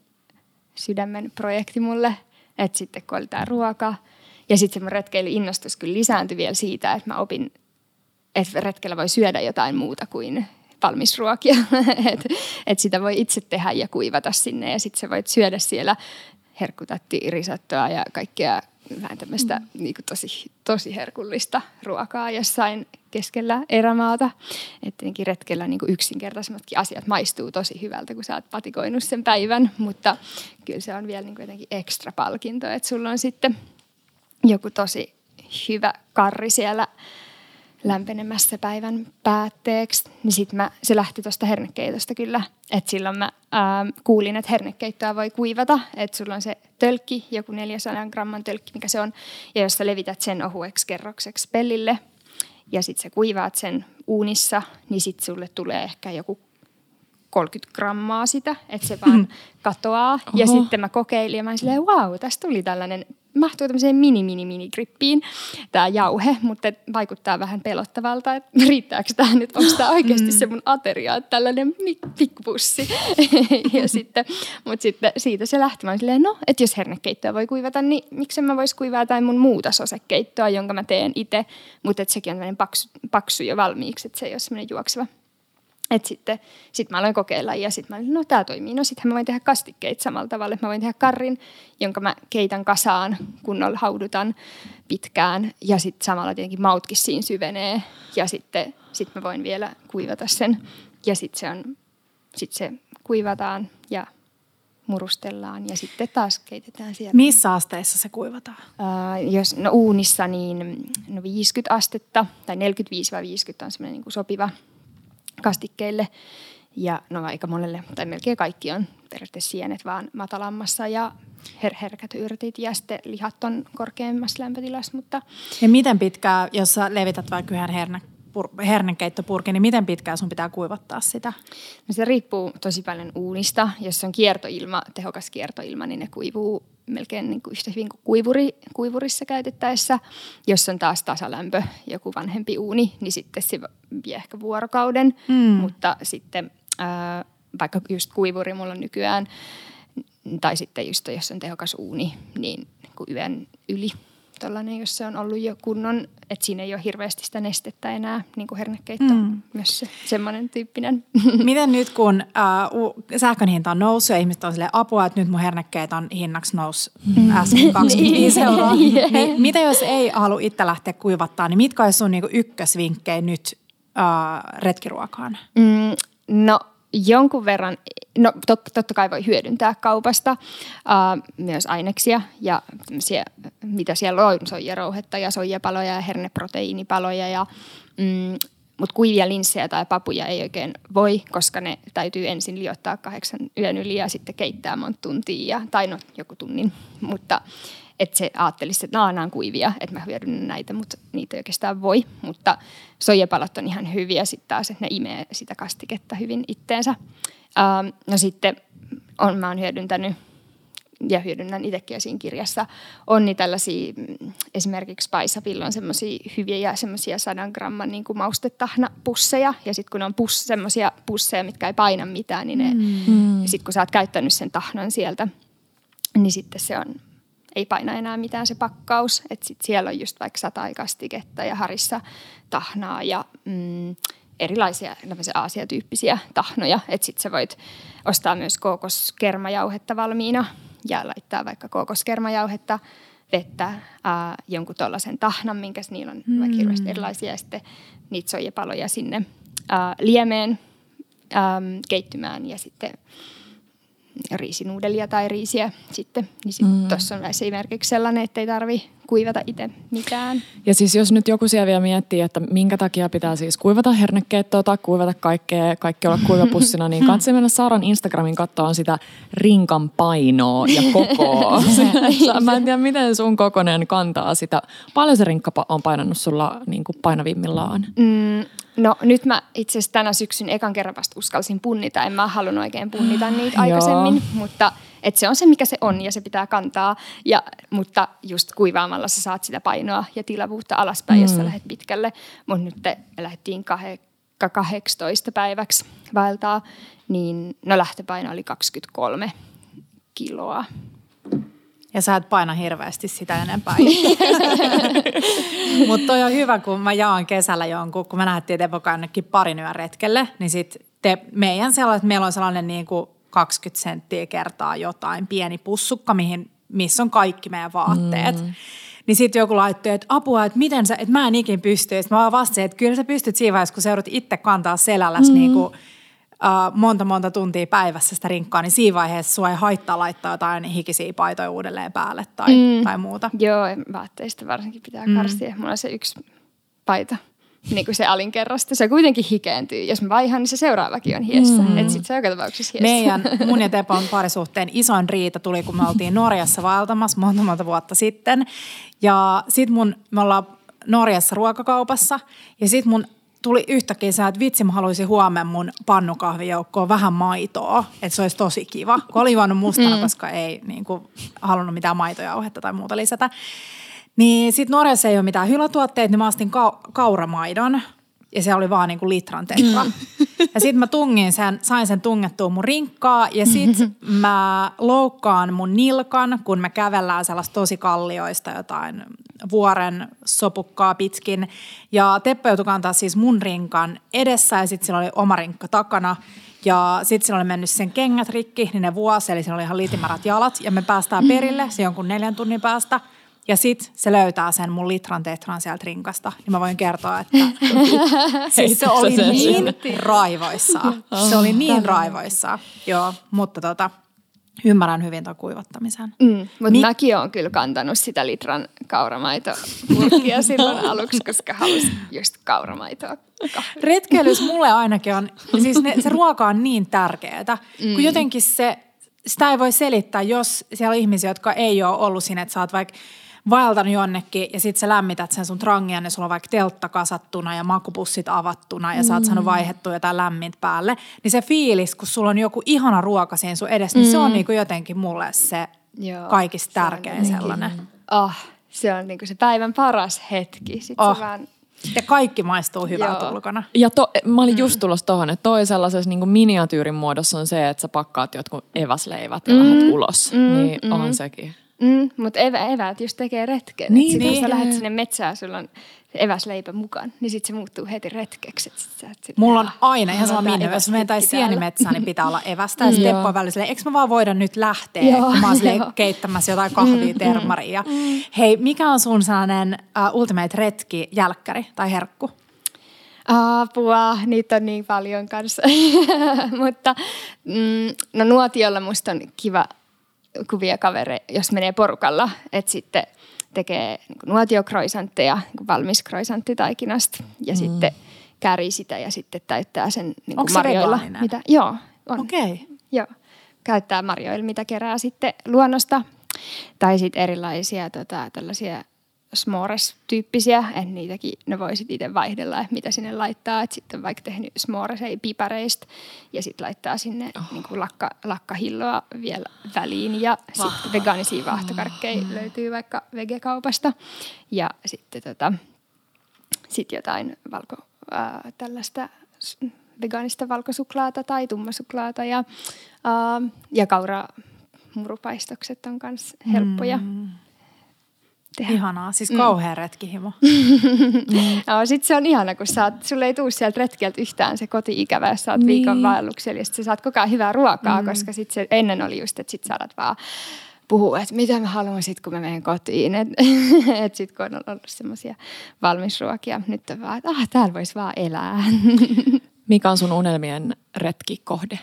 sydämen projekti mulle, että sitten kun oli tää ruoka ja sitten semmoinen retkeilyinnostus kyllä lisääntyi vielä siitä, että mä opin, että retkellä voi syödä jotain muuta kuin valmisruokia, että et sitä voi itse tehdä ja kuivata sinne ja sitten sä voit syödä siellä herkkutatti, risottoa ja kaikkea vähän tämmöistä mm. niin kuin tosi, tosi herkullista ruokaa jossain keskellä erämaata. Että tietenkin retkellä niin kuin yksinkertaisemmatkin asiat maistuu tosi hyvältä, kun sä oot patikoinut sen päivän, mutta kyllä se on vielä niin kuin jotenkin ekstra palkinto, että sulla on sitten joku tosi hyvä karri siellä lämpenemässä päivän päätteeksi, niin sitten mä, se lähti tuosta hernekeitosta kyllä. Että silloin mä ää, kuulin, että hernekeittoa voi kuivata, että sulla on se tölkki, joku neljäsataa gramman tölkki, mikä se on, ja jos sä levität sen ohueksi kerrokseksi pellille, ja sitten sä kuivaat sen uunissa, niin sitten sulle tulee ehkä joku kolmekymmentä grammaa sitä, että se vaan katoaa. Oho. Ja sitten mä kokeilin ja mä olin silleen, wow, tästä tuli tällainen, mahtuu tämmöiseen mini, mini, mini grippiin tämä jauhe, mutta vaikuttaa vähän pelottavalta, että riittääkö tämä nyt, onko tämä oikeasti se mun ateria, että tällainen pikkupussi. ja sitten, mutta sitten siitä se lähti, mä olin silleen, no, että jos hernekeittoa voi kuivata, niin miksen mä vois kuivaa jotain mun muuta sosekeittoa, jonka mä teen itse, mutta että sekin on tämmöinen paksu, paksu jo valmiiksi, että se ei ole semmoinen juokseva. Että sitten sit mä aloin kokeilla ja sitten mä olin, no tää toimii. No sittenhän mä voin tehdä kastikkeita samalla tavalla. Mä voin tehdä karrin, jonka mä keitän kasaan, kunnolla haudutan pitkään. Ja sitten samalla tietenkin mautkin siinä syvenee. Ja sitten sit mä voin vielä kuivata sen. Ja sitten se, on, sit se kuivataan ja murustellaan ja sitten taas keitetään siellä. Missä asteissa se kuivataan? Uh, jos, no uunissa niin no viisikymmentä astetta tai neljäkymmentäviisi viisikymmentä on semmoinen niin kuin sopiva kastikkeille. Ja no aika monelle, tai melkein kaikki on periaatteessa sienet vaan matalammassa ja her- herkät yrtit ja sitten lihat on korkeammassa lämpötilassa. Mutta ja miten pitkään, jos sä levität vaikka yhden herne, pur- hernenkeittopurkin, niin miten pitkään sun pitää kuivattaa sitä? No se riippuu tosi paljon uunista. Jos on kiertoilma, tehokas kiertoilma, niin ne kuivuu melkein niin kuin yhtä hyvin kuin kuivuri, kuivurissa käytettäessä. Jos on taas tasalämpö, joku vanhempi uuni, niin sitten se vie ehkä vuorokauden. Mm. Mutta sitten äh, vaikka just kuivuri mulla on nykyään, tai sitten just jos on tehokas uuni, niin yön yli. Tollainen, jos se on ollut jo kunnon, että siinä ei ole hirveästi sitä nestettä enää, niin kuin hernekeitto, mm. myös se, semmoinen tyyppinen. Miten nyt, kun äh, sähkön hinta on noussut ja ihmiset on silleen apua, että nyt mun hernekeiton hinnaksi nousi mm. äsken kaksikymmentäviisi euroa, yeah. niin mitä jos ei halua itse lähteä kuivattaa, niin mitkä olisi sun niinku ykkösvinkkejä nyt äh, retkiruokaan? Mm, no jonkun verran, no tot, totta kai voi hyödyntää kaupasta uh, myös aineksia ja mitä siellä on, soijarouhetta ja soijapaloja ja herneproteiinipaloja, ja, mm, mutta kuivia linssejä tai papuja ei oikein voi, koska ne täytyy ensin liottaa kahdeksan yön yli ja sitten keittää monta tuntia, ja, tai no joku tunnin, mutta että se ajattelisi, että nämä on kuivia, että mä hyödynnän näitä, mutta niitä ei oikeastaan voi. Mutta soijapalat on ihan hyviä sitten taas, että ne imee sitä kastiketta hyvin itteensä. Ähm, no sitten on, mä oon hyödyntänyt ja hyödynnän itsekin siinä kirjassa, on niin tällaisia, esimerkiksi Paisapilla on semmoisia hyviä semmoisia sadan gramman niin kuin maustetahna-pusseja. Ja sitten kun on pus, semmoisia pusseja, mitkä ei paina mitään, niin ne, mm. sitten kun sä oot käyttänyt sen tahnan sieltä, niin sitten se on... ei paina enää mitään se pakkaus, että sit siellä on just vaikka satai-kastiketta ja harissa tahnaa ja mm, erilaisia aasiatyyppisiä tahnoja. Että sit sä voit ostaa myös kookoskermajauhetta valmiina ja laittaa vaikka kookoskermajauhetta, vettä, ää, jonkun tollaisen tahnan, minkä niillä on mm. vaikka hirveästi erilaisia, ja sitten niitä soijapaloja sinne ää, liemeen ää, keittymään ja sitten riisinuudelia tai riisiä sitten. Niin sit mm. tuossa on esimerkiksi sellainen, että ei tarvitse kuivata itse mitään. Ja siis jos nyt joku siellä vielä miettii, että minkä takia pitää siis kuivata hernekeittoa tai kuivata kaikkea, kaikki olla kuivapussina, niin katsi mennä Saaran Instagramin katsomaan sitä rinkan painoa ja kokoa. Mä en tiedä, miten sun kokonen kantaa sitä. Paljon se rinkka on painannut sulla niin kuin painavimmillaan? Mm. No nyt mä itse asiassa tänä syksyn ekan kerran vasta uskalsin punnita. En mä halunnut oikein punnita niitä aikaisemmin, mutta et se on se, mikä se on ja se pitää kantaa. Ja, mutta just kuivaamalla sä saat sitä painoa ja tilavuutta alaspäin, mm. jos sä lähdet pitkälle. Mutta nyt te lähdettiin kahdeksantoista päiväksi vaeltaa, niin no lähtöpaino oli kaksikymmentäkolme kiloa. Ja sä et paina hirveästi sitä enempää. Mutta toi on hyvä, kun mä jaan kesällä jonkun, kun me lähdettiin Tepoka jonnekin parin yön retkelle, niin sit te, meidän sellainen, meillä on sellainen niin kuin kaksikymmentä senttiä kertaa jotain pieni pussukka, mihin, missä on kaikki meidän vaatteet. Mm. Niin sitten joku laittoi, että apua, että miten sä, että mä en ikin pysty. Ja sit mä vaan vastasin, että kyllä sä pystyt siinä vaiheessa, kun sä joudut itse kantaa selälläs mm. niin kuin Uh, monta monta tuntia päivässä sitä rinkkaa, niin siinä vaiheessa sua ei haittaa laittaa jotain hikisiä paitoja uudelleen päälle tai, mm. tai muuta. Joo, vaatteista varsinkin pitää mm. karsia. Mulla on se yksi paita, niin kuin se alinkerrasta. Se kuitenkin hikeentyy. Jos mä vaihan, niin se seuraavakin on hiessä. Mm. Että sit se on joka tapauksessa hiessä. Meidän, mun ja Tepon parisuhteen isoin riita tuli, kun me oltiin Norjassa vaeltamassa monta monta vuotta sitten. Ja sit mun, me ollaan Norjassa ruokakaupassa ja sit mun tuli yhtäkkiä sä, että vitsi mä haluaisin huomenna mun pannukahvijoukkoon vähän maitoa, että se olisi tosi kiva. Kun oli juonut mustana, mm. koska ei niin kuin, halunnut mitään maitojauhetta tai muuta lisätä. Niin sit Norjassa ei ole mitään hylätuotteita, niin mä astin ka- kauramaidon ja se oli vaan niin kuin litran tetra. Mm. Ja sit mä tungin sen, sain sen tungettua mun rinkkaa ja sit mm-hmm. mä loukkaan mun nilkan, kun me kävellään sellaista tosi kallioista jotain vuoren sopukkaa pitkin. Ja Teppo joutui kantaa siis mun rinkan edessä ja sitten sillä oli oma rinkka takana. Ja sitten sillä oli mennyt sen kengät rikki, niin ne vuosi, eli siinä oli ihan liitimärät jalat. Ja me päästään perille, se jonkun neljän tunnin päästä. Ja sitten se löytää sen mun litran tetran sieltä rinkasta. Niin mä voin kertoa, että siis se oli niin raivoissaan. Se oli niin raivoissaan. Joo, mutta tota, ymmärrän hyvin tuon kuivattamisen. Mm, mutta Mi- mäkin oon kyllä kantanut sitä litran kauramaitopurkkia silloin aluksi, koska halusin just kauramaitoa. Retkeilys mulle ainakin on, siis ne, se ruoka on niin tärkeää, mm. kun jotenkin se, sitä ei voi selittää, jos siellä on ihmisiä, jotka ei ole ollut siinä, että sä oot vaikka vaeltanut jonnekin ja sit sä lämmität sen sun trangian ja sulla on vaikka teltta kasattuna ja makupussit avattuna ja sä oot saanut vaihdettua jotain lämmintä päälle. Niin se fiilis, kun sulla on joku ihana ruoka siinä sun edessä, niin mm. se on niinku jotenkin mulle se Joo, kaikista tärkein se sellainen. Oh, se on niinku se päivän paras hetki. Sit oh. se vaan... Ja kaikki maistuu hyvältä ulkona. Ja to, mä olin just tulossa tohon, että toi sellaisessa niin miniatyyrin muodossa on se, että sä pakkaat jotkut eväsleivät ja mm. lähdet ulos. Mm. Niin mm. on sekin. Mm, mutta evä, eväät just tekee retken. Niin, sitten niin. kun sä lähdet sinne metsään, sulla on eväsleipä mukaan, niin sitten se muuttuu heti retkeksi. Sit sä, sit Mulla on aina ihan sama minne. Jos menetään sienimetsään, niin pitää olla evästä. Ja sitten Teppo on välillä silleen, eikö mä vaan voida nyt lähteä, joo, kun mä oon silleen keittämässä jotain kahvia, termaria. Mm, mm. Hei, mikä on sun sellainen uh, ultimate retki, jälkkäri tai herkku? Apua, niitä on niin paljon kanssa. Mutta mm, no nuotiolla musta on kiva kuvia kavere, jos menee porukalla, että sitten tekee niin nuotiokroisantteja, niin valmis kroisanttitaikinasta ja mm. sitten käärii sitä ja sitten täyttää sen niin Onko marjoilla. Se mitä, joo, on. Okei. Okay. Joo, käyttää marjoilla, mitä kerää sitten luonnosta. Tai sitten erilaisia tota, tällaisia s'mores-tyyppisiä, että niitäkin ne voisit itse vaihdella, että mitä sinne laittaa. Että sitten on vaikka tehnyt s'moresei pipareista ja sitten laittaa sinne oh. niin kuin lakka, lakkahilloa vielä väliin. Ja sitten oh. vegaanisia vaahtokarkkeja oh. löytyy vaikka vegekaupasta. Ja sitten tota, sit jotain valko, äh, tällaista vegaanista valkosuklaata tai tummasuklaata. Ja, äh, ja kauramurupaistokset on myös helppoja. Mm. Tehdä. Ihanaa, siis kauhea mm. retkihimo. no, sitten se on ihana, kun sä oot, sulle ei tule sieltä retkeltä yhtään se koti-ikävä, jos sä oot niin. viikon vaelluksella ja sit sä saat koko ajan hyvää ruokaa, mm. koska sit se ennen oli just, että sit sä alat vaan puhua, että mitä mä haluan sit, kun mä menen kotiin. Että et sit kun on ollut semmoisia valmisruokia, nyt on vaan, että ah, täällä vois vaan elää. Mikä on sun unelmien retkikohde?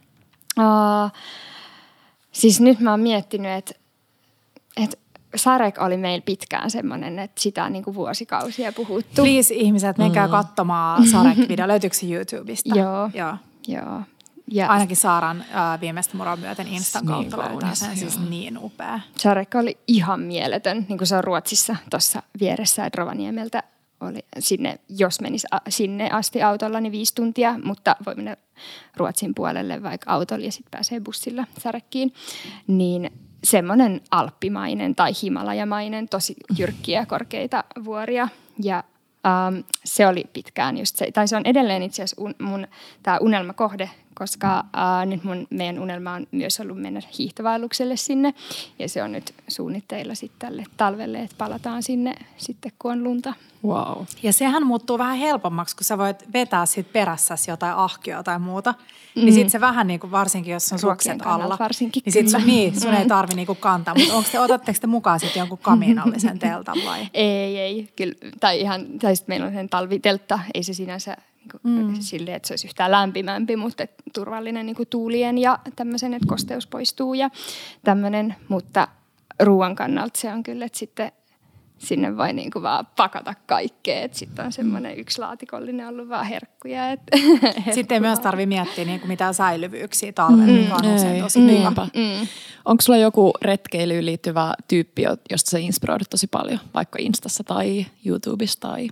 Uh, siis nyt mä oon miettinyt, että et Sarek oli meillä pitkään semmoinen, että sitä on niin kuin vuosikausia puhuttu. Please ihmiset, menkää mm. katsomaan Sarek-video. Löytyykö se YouTubesta? Joo. Joo. Joo. Ja ainakin Saaran äh, viimeistä muroa myöten Instan kautta niin löytää sen, siis niin upea. Sarek oli ihan mieletön, niin kuin se on Ruotsissa tuossa vieressä, että Rovaniemeltä oli sinne, jos menisi sinne asti autolla, niin viisi tuntia, mutta voi mennä Ruotsin puolelle vaikka autolla ja sitten pääsee bussilla Sarekkiin, niin semmoinen alppimainen tai himalajamainen, tosi jyrkkiä korkeita vuoria ja ähm, se oli pitkään just se, tai se on edelleen itse asiassa un, mun tämä unelmakohde, koska äh, nyt mun, meidän unelma on myös ollut mennä hiihtovaellukselle sinne ja se on nyt suunnitteilla sitten tälle talvelle, että palataan sinne sitten kun on lunta. Wow. Ja sehän muuttuu vähän helpommaksi, kun sä voit vetää siitä perässäsi jotain ahkioa tai muuta. Mm. Niin sit se vähän niin kuin varsinkin, jos on sukset alla. Varsinkin niin sit sun, niin, sun mm. ei tarvi niin kuin kantaa. Mutta onko te, otatteko te mukaan sitten jonkun kamiinallisen teltan vai? Ei, ei. Kyllä, tai ihan, tai sitten meillä on sen talviteltta. Ei se sinänsä niin mm. silleen, että se olisi yhtään lämpimämpi, mutta turvallinen niin kuin tuulien ja tämmöisen, että kosteus poistuu ja tämmöinen. Mutta ruoan kannalta se on kyllä, että sitten sinne voi niinku vaan pakata kaikkea. Sitten on semmoinen yksi laatikollinen ollut vaan herkkuja. Et sitten ei myös tarvitse miettiä niinku mitään säilyvyyksiä talvella, mm, mikä on usein tosi mm, hyvä. Mm. Onko sulla joku retkeilyyn liittyvä tyyppi, josta sä inspiroidut tosi paljon, vaikka Instassa tai YouTubessa tai?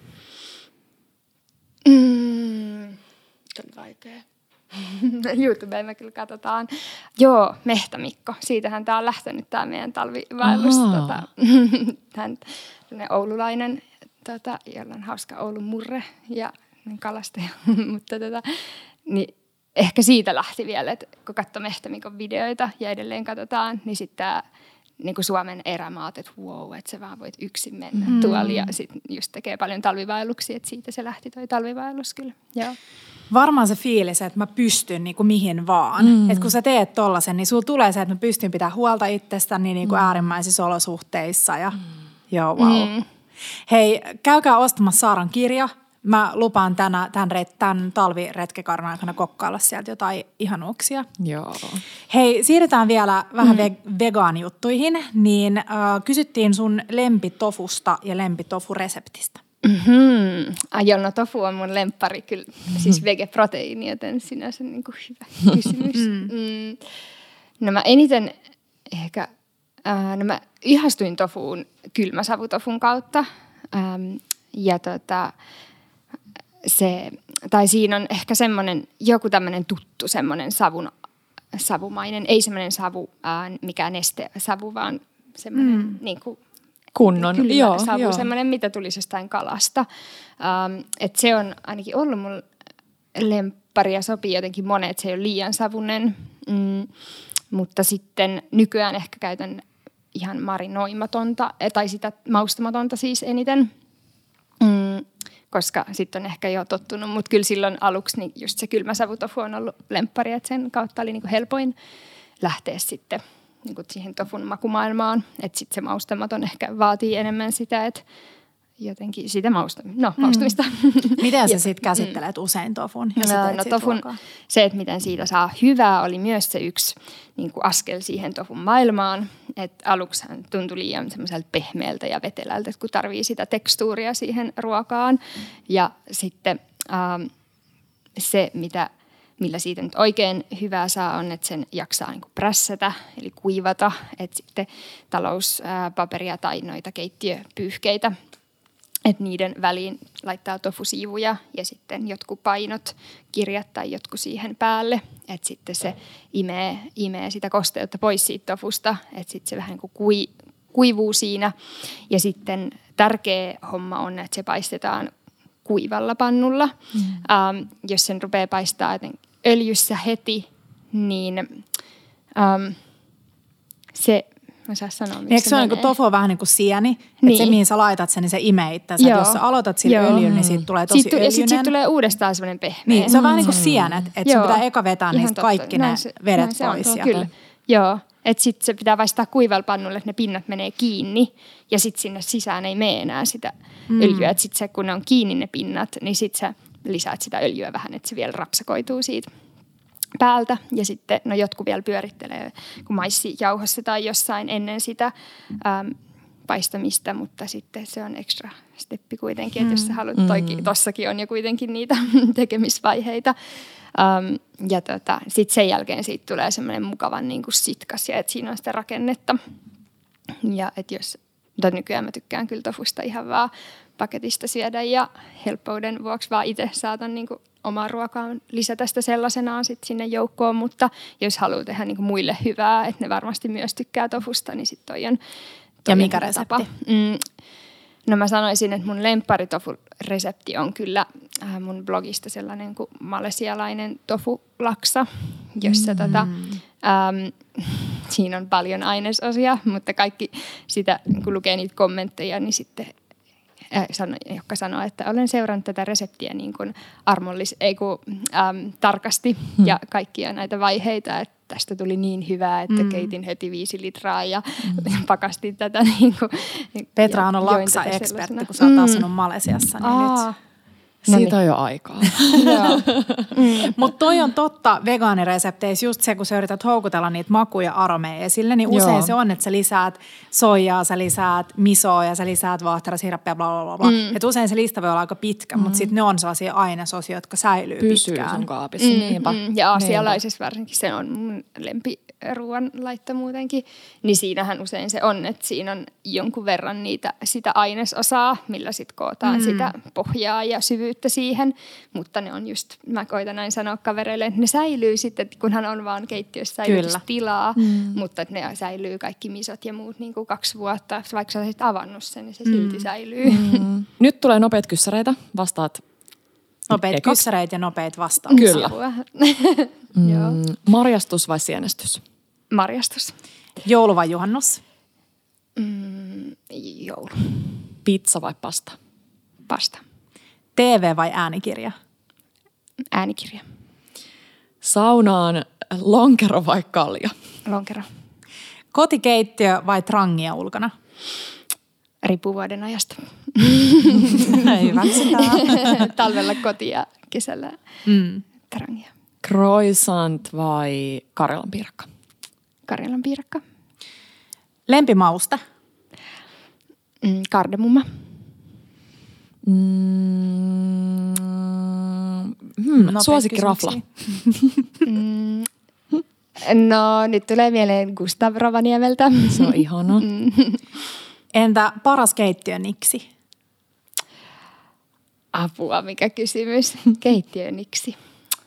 Mm, on vaikea. YouTubeen me kyllä katsotaan. Joo, Mehtämikko. Siitähän tää on lähtenyt tää meidän talvivaellus. Tota, hän oululainen, tota, jolla on hauska Oulun murre ja kalastaja. Mutta tota, niin ehkä siitä lähti vielä, että kun katsoi Mehtämikon videoita ja edelleen katsotaan, niin sitten tää niin kuin Suomen erämaat, että wow, että sä vaan voit yksin mennä mm. tuolla ja sitten just tekee paljon talvivaelluksia, että siitä se lähti toi talvivaellus kyllä. Joo. Varmaan se fiilis, että mä pystyn niin kuin mihin vaan. Mm. Että kun sä teet tollasen, niin sulla tulee se, että mä pystyn pitämään huolta itsestäni niin kuin mm. äärimmäisissä olosuhteissa. Ja, mm. Joo, wow. Mm. Hei, käykää ostamassa Saaran kirja. Mä lupaan tänä, tämän, tämän talviretkekarnan aikana kokkailla sieltä jotain ihanuuksia. Joo. Hei, siirrytään vielä vähän mm. vegaanijuttuihin. Niin äh, kysyttiin sun lempitofusta ja lempitofureseptistä. Mm-hmm. Aion, no tofu on mun lemppari kyllä, mm-hmm. siis vegeproteiini, joten sinänsä niin kuin hyvä kysymys. Mm. No mä eniten ehkä, äh, no mä ihastuin tofuun kylmäsavutofun kautta ähm, ja tota, se, tai siinä on ehkä semmoinen, joku tämmöinen tuttu semmoinen savun, savumainen, ei semmoinen savu, äh, mikä neste savu, vaan semmoinen mm. niin kuin kunnon, kylmä joo, savu, joo. semmoinen, mitä tulisi jostain kalasta. Ähm, että se on ainakin ollut mun lemppari ja sopii jotenkin monet, että se ei ole liian savunen. Mm, mutta sitten nykyään ehkä käytän ihan marinoimatonta, tai sitä maustamatonta siis eniten, mm, koska sitten on ehkä jo tottunut. Mutta kyllä silloin aluksi niin just se kylmäsavutofu on ollut lemppari, että sen kautta oli niinku helpoin lähteä sitten niin kuin siihen tofun makumaailmaan, että sitten se maustamaton ehkä vaatii enemmän sitä, että jotenkin sitä maustamista. No, maustamista. Mm. Miten sä sitten käsittelet mm. usein tofun, jos sä teet no, tofun, ruokaa? Se, että miten siitä saa hyvää, oli myös se yksi niin kuin askel siihen tofun maailmaan. Että aluksi hän tuntui liian semmoiselta pehmeältä ja vetelältä, kun tarvii sitä tekstuuria siihen ruokaan. Ja sitten ähm, se, mitä... millä siitä nyt oikein hyvää saa on, että sen jaksaa niin kuin prässätä, eli kuivata, että sitten talouspaperia tai noita keittiöpyyhkeitä, että niiden väliin laittaa tofusiivuja ja sitten jotkut painot, kirjat tai jotkut siihen päälle, että sitten se imee, imee sitä kosteutta pois siitä tofusta, että sitten se vähän niin kuin kui, kuivuu siinä ja sitten tärkeä homma on, että se paistetaan kuivalla pannulla. Mm. Ähm, jos sen rupeaa paistaa öljyssä heti, niin ähm, se, mä saa sanoa, miksi eikö se, se ole niin tofu on vähän niin kuin sieni, niin. Että se mihin sä laitat sen, niin se imee itseänsä. Jos sä aloitat sillä öljyllä, niin siitä tulee tosi siitä, öljyinen. Ja sitten siitä tulee uudestaan semmoinen pehmeä. Niin, se on mm. vähän niin kuin sienet, että sun pitää eka vetää ihan niistä totta. Kaikki näin ne se, vedet pois. On, ja... Kyllä, joo. Että sitten se pitää vaistaa kuivalla pannulle, että ne pinnat menee kiinni ja sitten sinne sisään ei mene enää sitä mm. öljyä. Että sitten se, kun ne on kiinni ne pinnat, niin sitten sä lisäät sitä öljyä vähän, että se vielä rapsakoituu siitä päältä. Ja sitten, no jotkut vielä pyörittelee, kun maissijauhossa tai jossain ennen sitä äm, paistamista, mutta sitten se on ekstra steppi kuitenkin, että mm. jos sä haluat, toikin, tossakin on jo kuitenkin niitä tekemisvaiheita. Um, ja tota, sitten sen jälkeen siitä tulee semmoinen mukavan niin kuin sitkas ja että siinä on sitä rakennetta. Ja että jos, mutta nykyään mä tykkään kyllä tofusta ihan vaan paketista syödä ja helppouden vuoksi vaan itse saatan niin kuin omaan ruokaan lisätä sitä sellaisenaan sit sinne joukkoon. Mutta jos haluaa tehdä niin kuin muille hyvää, että ne varmasti myös tykkää tofusta, niin sitten toi on toi ja mikä resepti? Mm, no mä sanoisin, että mun lemppari-tofu-resepti on kyllä äh, mun blogista sellainen kuin malesialainen tofu-laksa, jossa mm. tota, ähm, siinä on paljon ainesosia, mutta kaikki sitä, kun lukee niitä kommentteja, niin sitten äh, sano, jotka sanoo, että olen seurannut tätä reseptiä niin kuin armollis, ei kun, ähm, tarkasti mm. ja kaikkia näitä vaiheita, että tästä tuli niin hyvää, että mm. keitin heti viisi litraa ja mm. pakastin tätä. Niin kuin, Petra on laksa-ekspertti, kun sä oot asunut Malesiassa, niin Aa. nyt... Siitä on jo aikaa. mm. Mutta toi on totta vegaaniresepteissä just se, kun sä yrität houkutella niitä makuja aromeja esille, niin usein Joo. se on, että sä lisäät soijaa, sä lisäät misoa ja sä lisäät vaahterasirappia, bla bla bla. Mm. Että usein se lista voi olla aika pitkä, mm. mutta sitten ne on sellaisia ainesosia, jotka säilyy Pysyy pitkään. Pysyy sun kaapissa, mm. niinpä. Mm. Ja aasialaisessa varsinkin se on mun lempiruoan laitto muutenkin. Niin siinähän usein se on, että siinä on jonkun verran niitä, sitä ainesosaa, millä sitten kootaan mm. sitä pohjaa ja syvyyttä siihen, mutta ne on just, mä koitan näin sanoa kavereille, että ne säilyy sitten, kunhan on vaan keittiössä säilytystilaa, mm. mutta että ne säilyy kaikki misot ja muut niin kuin kaksi vuotta, vaikka sä olisit avannut sen, niin se mm. silti säilyy. Mm. Nyt tulee nopeat kyssäreitä, vastaat Nopeat kyssäreitä ja nopeat vastauksia. Kyllä. mm. Marjastus vai sienestys? Marjastus. Joulu vai juhannus? Mm, joulu. Pizza vai pasta? Pasta. T V vai äänikirja? Äänikirja. Saunaan lonkero vai kalja? Lonkero. Kotikeittiö vai trangia ulkona? Riippuu vuoden ajasta. Hyväksytään. Talvella koti ja kesällä Mm. trangia. Croissant vai Karjalan piirakka? Karjalan piirakka. Lempimauste? Mm, kardemumma. Mm, hmm, Nopeat suosikkirafla. Mm, no nyt tulee mieleen Gustav Rovaniemeltä. Se on ihana. Entä paras keittiöniksi? Apua, mikä kysymys. Keittiöniksi.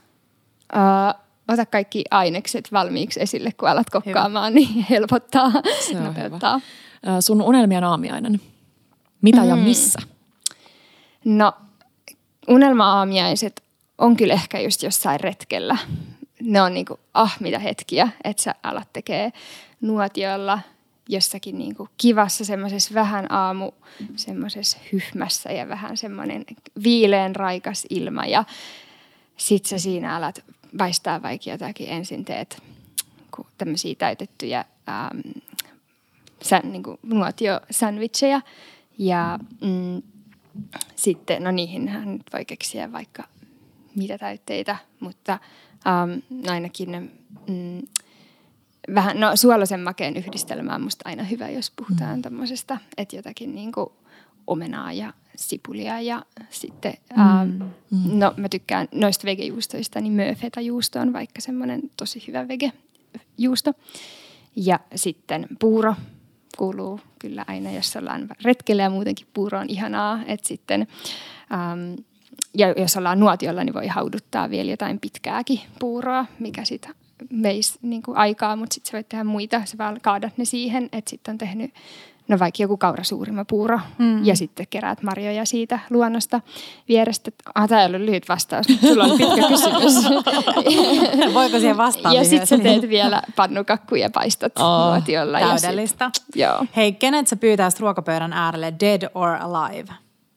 Uh, ota kaikki ainekset valmiiksi esille, kun alat kokkaamaan, hyvä. Niin helpottaa. Se on nopeuttaa. hyvä. Sun unelmien aamiainen. Mitä mm. ja missä? No, unelma-aamiaiset on kyllä ehkä just jossain retkellä. Ne on niinku, ah mitä hetkiä, että sä alat tekee nuotiolla jossakin niinku kivassa semmoisessa vähän aamu, semmoisessa hyhmässä ja vähän semmoinen viileän raikas ilma. Ja sit sä siinä alat väistää vaikka jotakin, ensin teet tämmöisiä täytettyjä ähm, sän, niinku nuotio-sandwicheja ja mm, sitten, no niihinhän nyt voi keksiä vaikka mitä täytteitä, mutta ähm, ainakin mm, vähän, no suolaisen makeen yhdistelmä on musta aina hyvä, jos puhutaan mm. tämmöisestä, että jotakin niinku omenaa ja sipulia ja sitten, ähm, mm. no mä tykkään noista vegejuustoista, niin mööfeta-juusto on vaikka semmoinen tosi hyvä vegejuusto. Ja sitten puuro kuuluu kyllä aina, jos ollaan retkellä ja muutenkin puuro on ihanaa, että sitten, ähm, ja jos ollaan nuotiolla, niin voi hauduttaa vielä jotain pitkääkin puuroa, mikä sitten veisi niin kuin aikaa, mutta sitten sä voit tehdä muita, sä vaan kaadat ne siihen, että sitten on tehnyt, no vaikka joku kaurasuurimapuuro mm. ja sitten keräät marjoja siitä luonnosta vierestä. Ah, tämä ei ollut lyhyt vastaus, mutta sulla oli pitkä kysymys. Voiko siihen vastata? Ja sitten sä teet vielä pannukakkuja ja paistat oh, nuotiolla. Täydellistä. Sit, joo. Hei, kenet sä pyytäisit ruokapöydän äärelle, dead or alive?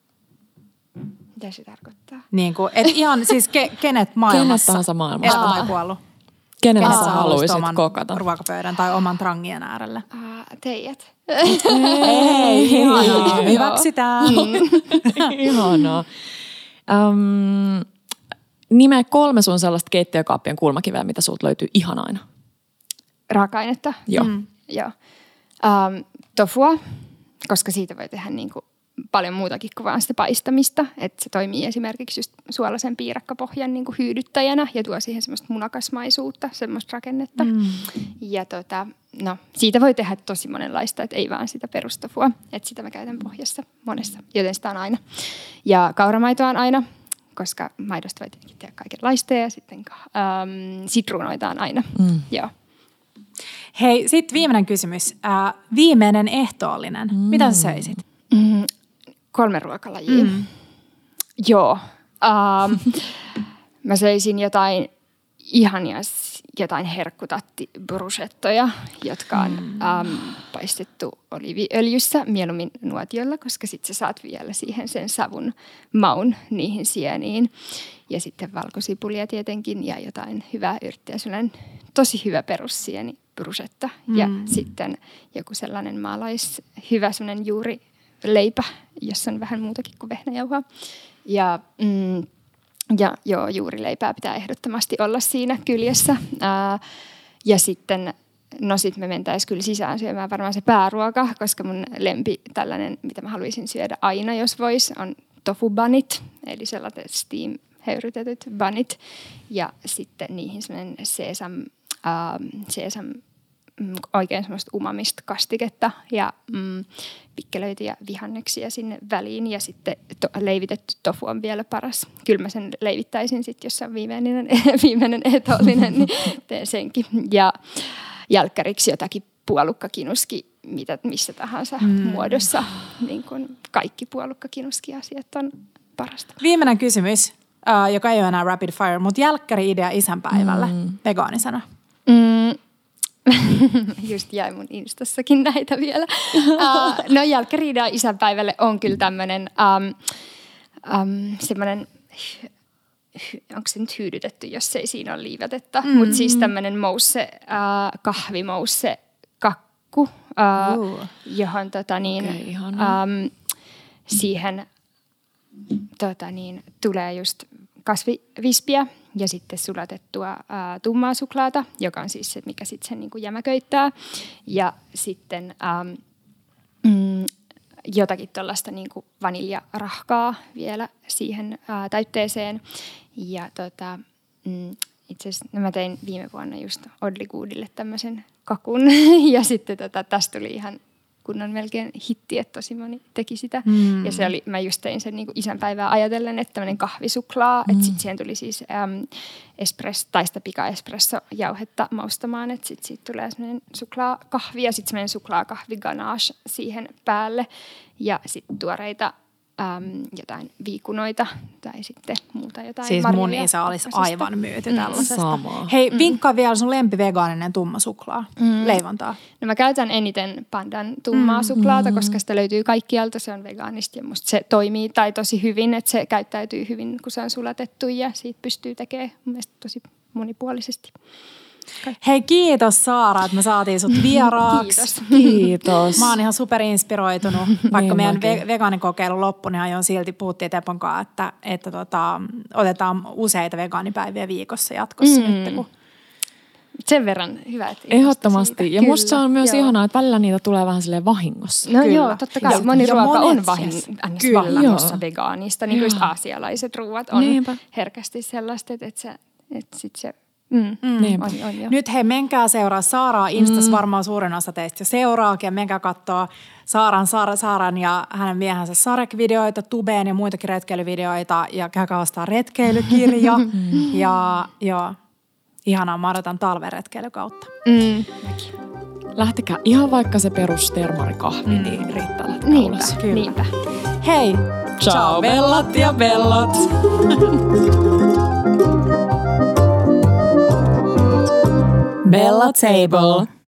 Mitä se tarkoittaa? Niin kuin, et ihan siis ke, kenet maailmassa? Kenet tahansa maailmassa. Elämä ei kuollut. Kenet Kenet sä haluaisit kokata? Ruokapöydän tai oman trangien äärelle? Uh, teijät. Ei, ihanaa. Hyväksytään. Ihanaa. Um, nime kolme sun sellaista keittiökaappien kulmakiveä, mitä sulta löytyy ihan aina. Raaka-ainetta? Joo. Mm. Joo. Um, tofua, koska siitä voi tehdä niinku paljon muutakin kuin vaan sitä paistamista. Että se toimii esimerkiksi just suolaisen piirakkapohjan niin kuin hyydyttäjänä ja tuo siihen semmoista munakasmaisuutta, semmoista rakennetta. Mm. Ja tota, no, siitä voi tehdä tosi monenlaista, että ei vaan sitä perustofua. Että sitä mä käytän pohjassa monessa, joten sitä on aina. Ja kauramaitoa on aina, koska maidosta voi tietenkin tehdä kaikenlaista ja sitten ähm, sitruunoita on aina. Mm. Joo. Hei, sitten viimeinen kysymys. Äh, viimeinen ehtoollinen. Mm. Mitä sä söisit? Mm. Kolme ruokalajia. Mm. Joo. Um, mä söisin jotain ihania, jotain herkkutatti-bruschettoja, jotka on mm. um, paistettu oliiviöljyssä, mieluummin nuotiolla, koska sit sä saat vielä siihen sen savun maun niihin sieniin. Ja sitten valkosipulia tietenkin ja jotain hyvää yrttiä, sellainen tosi hyvä perussieni bruschetta. Mm. Ja sitten joku sellainen maalais, hyvä sellainen juuri leipä, jossa on vähän muutakin kuin vehnäjauhoa. Ja, mm, ja joo, juurileipää pitää ehdottomasti olla siinä kyljessä. Ää, ja sitten, no sit me mentäisiin kyllä sisään syömään varmaan se pääruoka, koska mun lempi tällainen, mitä mä haluaisin syödä aina, jos vois, on tofu bunit, eli sellaiset steam höyrytetyt bunit. Ja sitten niihin sellainen sesam, ää, sesam oikein semmoista umamista kastiketta ja mm, pikkelöitä ja vihanneksia sinne väliin ja sitten to, leivitetty tofu on vielä paras. Kyllä mä sen leivittäisin sitten, jos se on viimeinen, viimeinen ehtollinen, niin teen senkin. Ja jälkkäriksi jotakin puolukkakinuski, mitä, missä tahansa mm. muodossa. Niin kuin kaikki puolukkakinuski-asiat on parasta. Viimeinen kysymys, uh, joka ei ole enää rapid fire, mutta jälkkäri-idea isänpäivällä, mm. vegaanisena. Mm. Just jäi mun instassakin näitä vielä. Uh, no jälkkäriidaa isänpäivälle on kyllä tämmöinen um, um, semmoinen, onko se nyt hyydytetty, jos ei siinä ole liivatetta, mm-hmm. mutta siis tämmöinen mousse, uh, kahvimousse kakku, uh, uh. johon tota niin, okay, um, siihen tota niin, tulee just kasvivispiä ja sitten sulatettua ää, tummaa suklaata, joka on siis se, mikä sitten sen niin kuin jämäköittää. Ja sitten äm, mm, jotakin tuollaista niin kuin vaniljarahkaa vielä siihen ää, täytteeseen. Ja tota, mm, itse asiassa no mä tein viime vuonna just Oddly Goodille tämmöisen kakun. Ja sitten tota, tästä tuli ihan kunnon melkein hitti, että tosi moni teki sitä. Mm. Ja se oli, mä just tein sen niin kuin isänpäivää ajatellen, että tämmöinen kahvisuklaa, mm. että sitten siihen tuli siis äm, espresso, tai sitä pika-espresso-jauhetta maustamaan, että sitten siitä tulee semmoinen suklaakahvi ja sitten semmoinen suklaakahvi ganache siihen päälle ja sitten tuoreita äm, jotain viikunoita tai sitten muuta jotain. Siis marjoja, mun isä olisi aivan myyty tällaisesta. Samaa. Hei, mm. vinkkaa vielä sun lempivegaaninen tumma suklaa, mm. leivontaa. No mä käytän eniten Pandan tummaa mm. suklaata, koska sitä löytyy kaikkialta. Se on vegaanista ja musta se toimii tai tosi hyvin, että se käyttäytyy hyvin, kun se on sulatettu ja siitä pystyy tekemään mun mielestä tosi monipuolisesti. Kaikki. Hei, kiitos Saara, että me saatiin sut vieraaksi. Kiitos. Kiitos. Mä oon ihan superinspiroitunut. Vaikka niin meidän ve- vegaanikokeilu loppui, niin aion silti puhuttiin Tepon kanssa, että, että tota, otetaan useita vegaanipäiviä viikossa jatkossa. Mm. Nyt, kun... Sen verran hyvä, että ehdottomasti. siitä. Ja Kyllä, musta se on myös joo. ihanaa, että välillä niitä tulee vähän silleen vahingossa. No Kyllä. joo, totta kai. Ja, Moni ja ruoka monet, on vahing, yes. vahingossa vegaanista. Niin kuin just aasialaiset ruuat on Niinpä. herkästi sellaista, että, että, se, että sit se... Mm, Mm. on, on jo. Nyt hei, menkää seuraa Saaraa. Instas Mm. varmaan suurin osa teistä jo seuraakin. Ja menkää katsoa Saaran, Saara, Saaran ja hänen miehensä Sarek-videoita, Tubeen ja muitakin retkeilyvideoita. Ja käykää ostaa retkeilykirja. ja joo, ihanaa, mä odotan talven retkeilykautta. Mm. Lähtekää ihan vaikka se perus termarikahvi, mm. niin riittää lähteä Niinpä, ulos. niinpä. Hei! Ciao bellat ja bellat! Bella Table.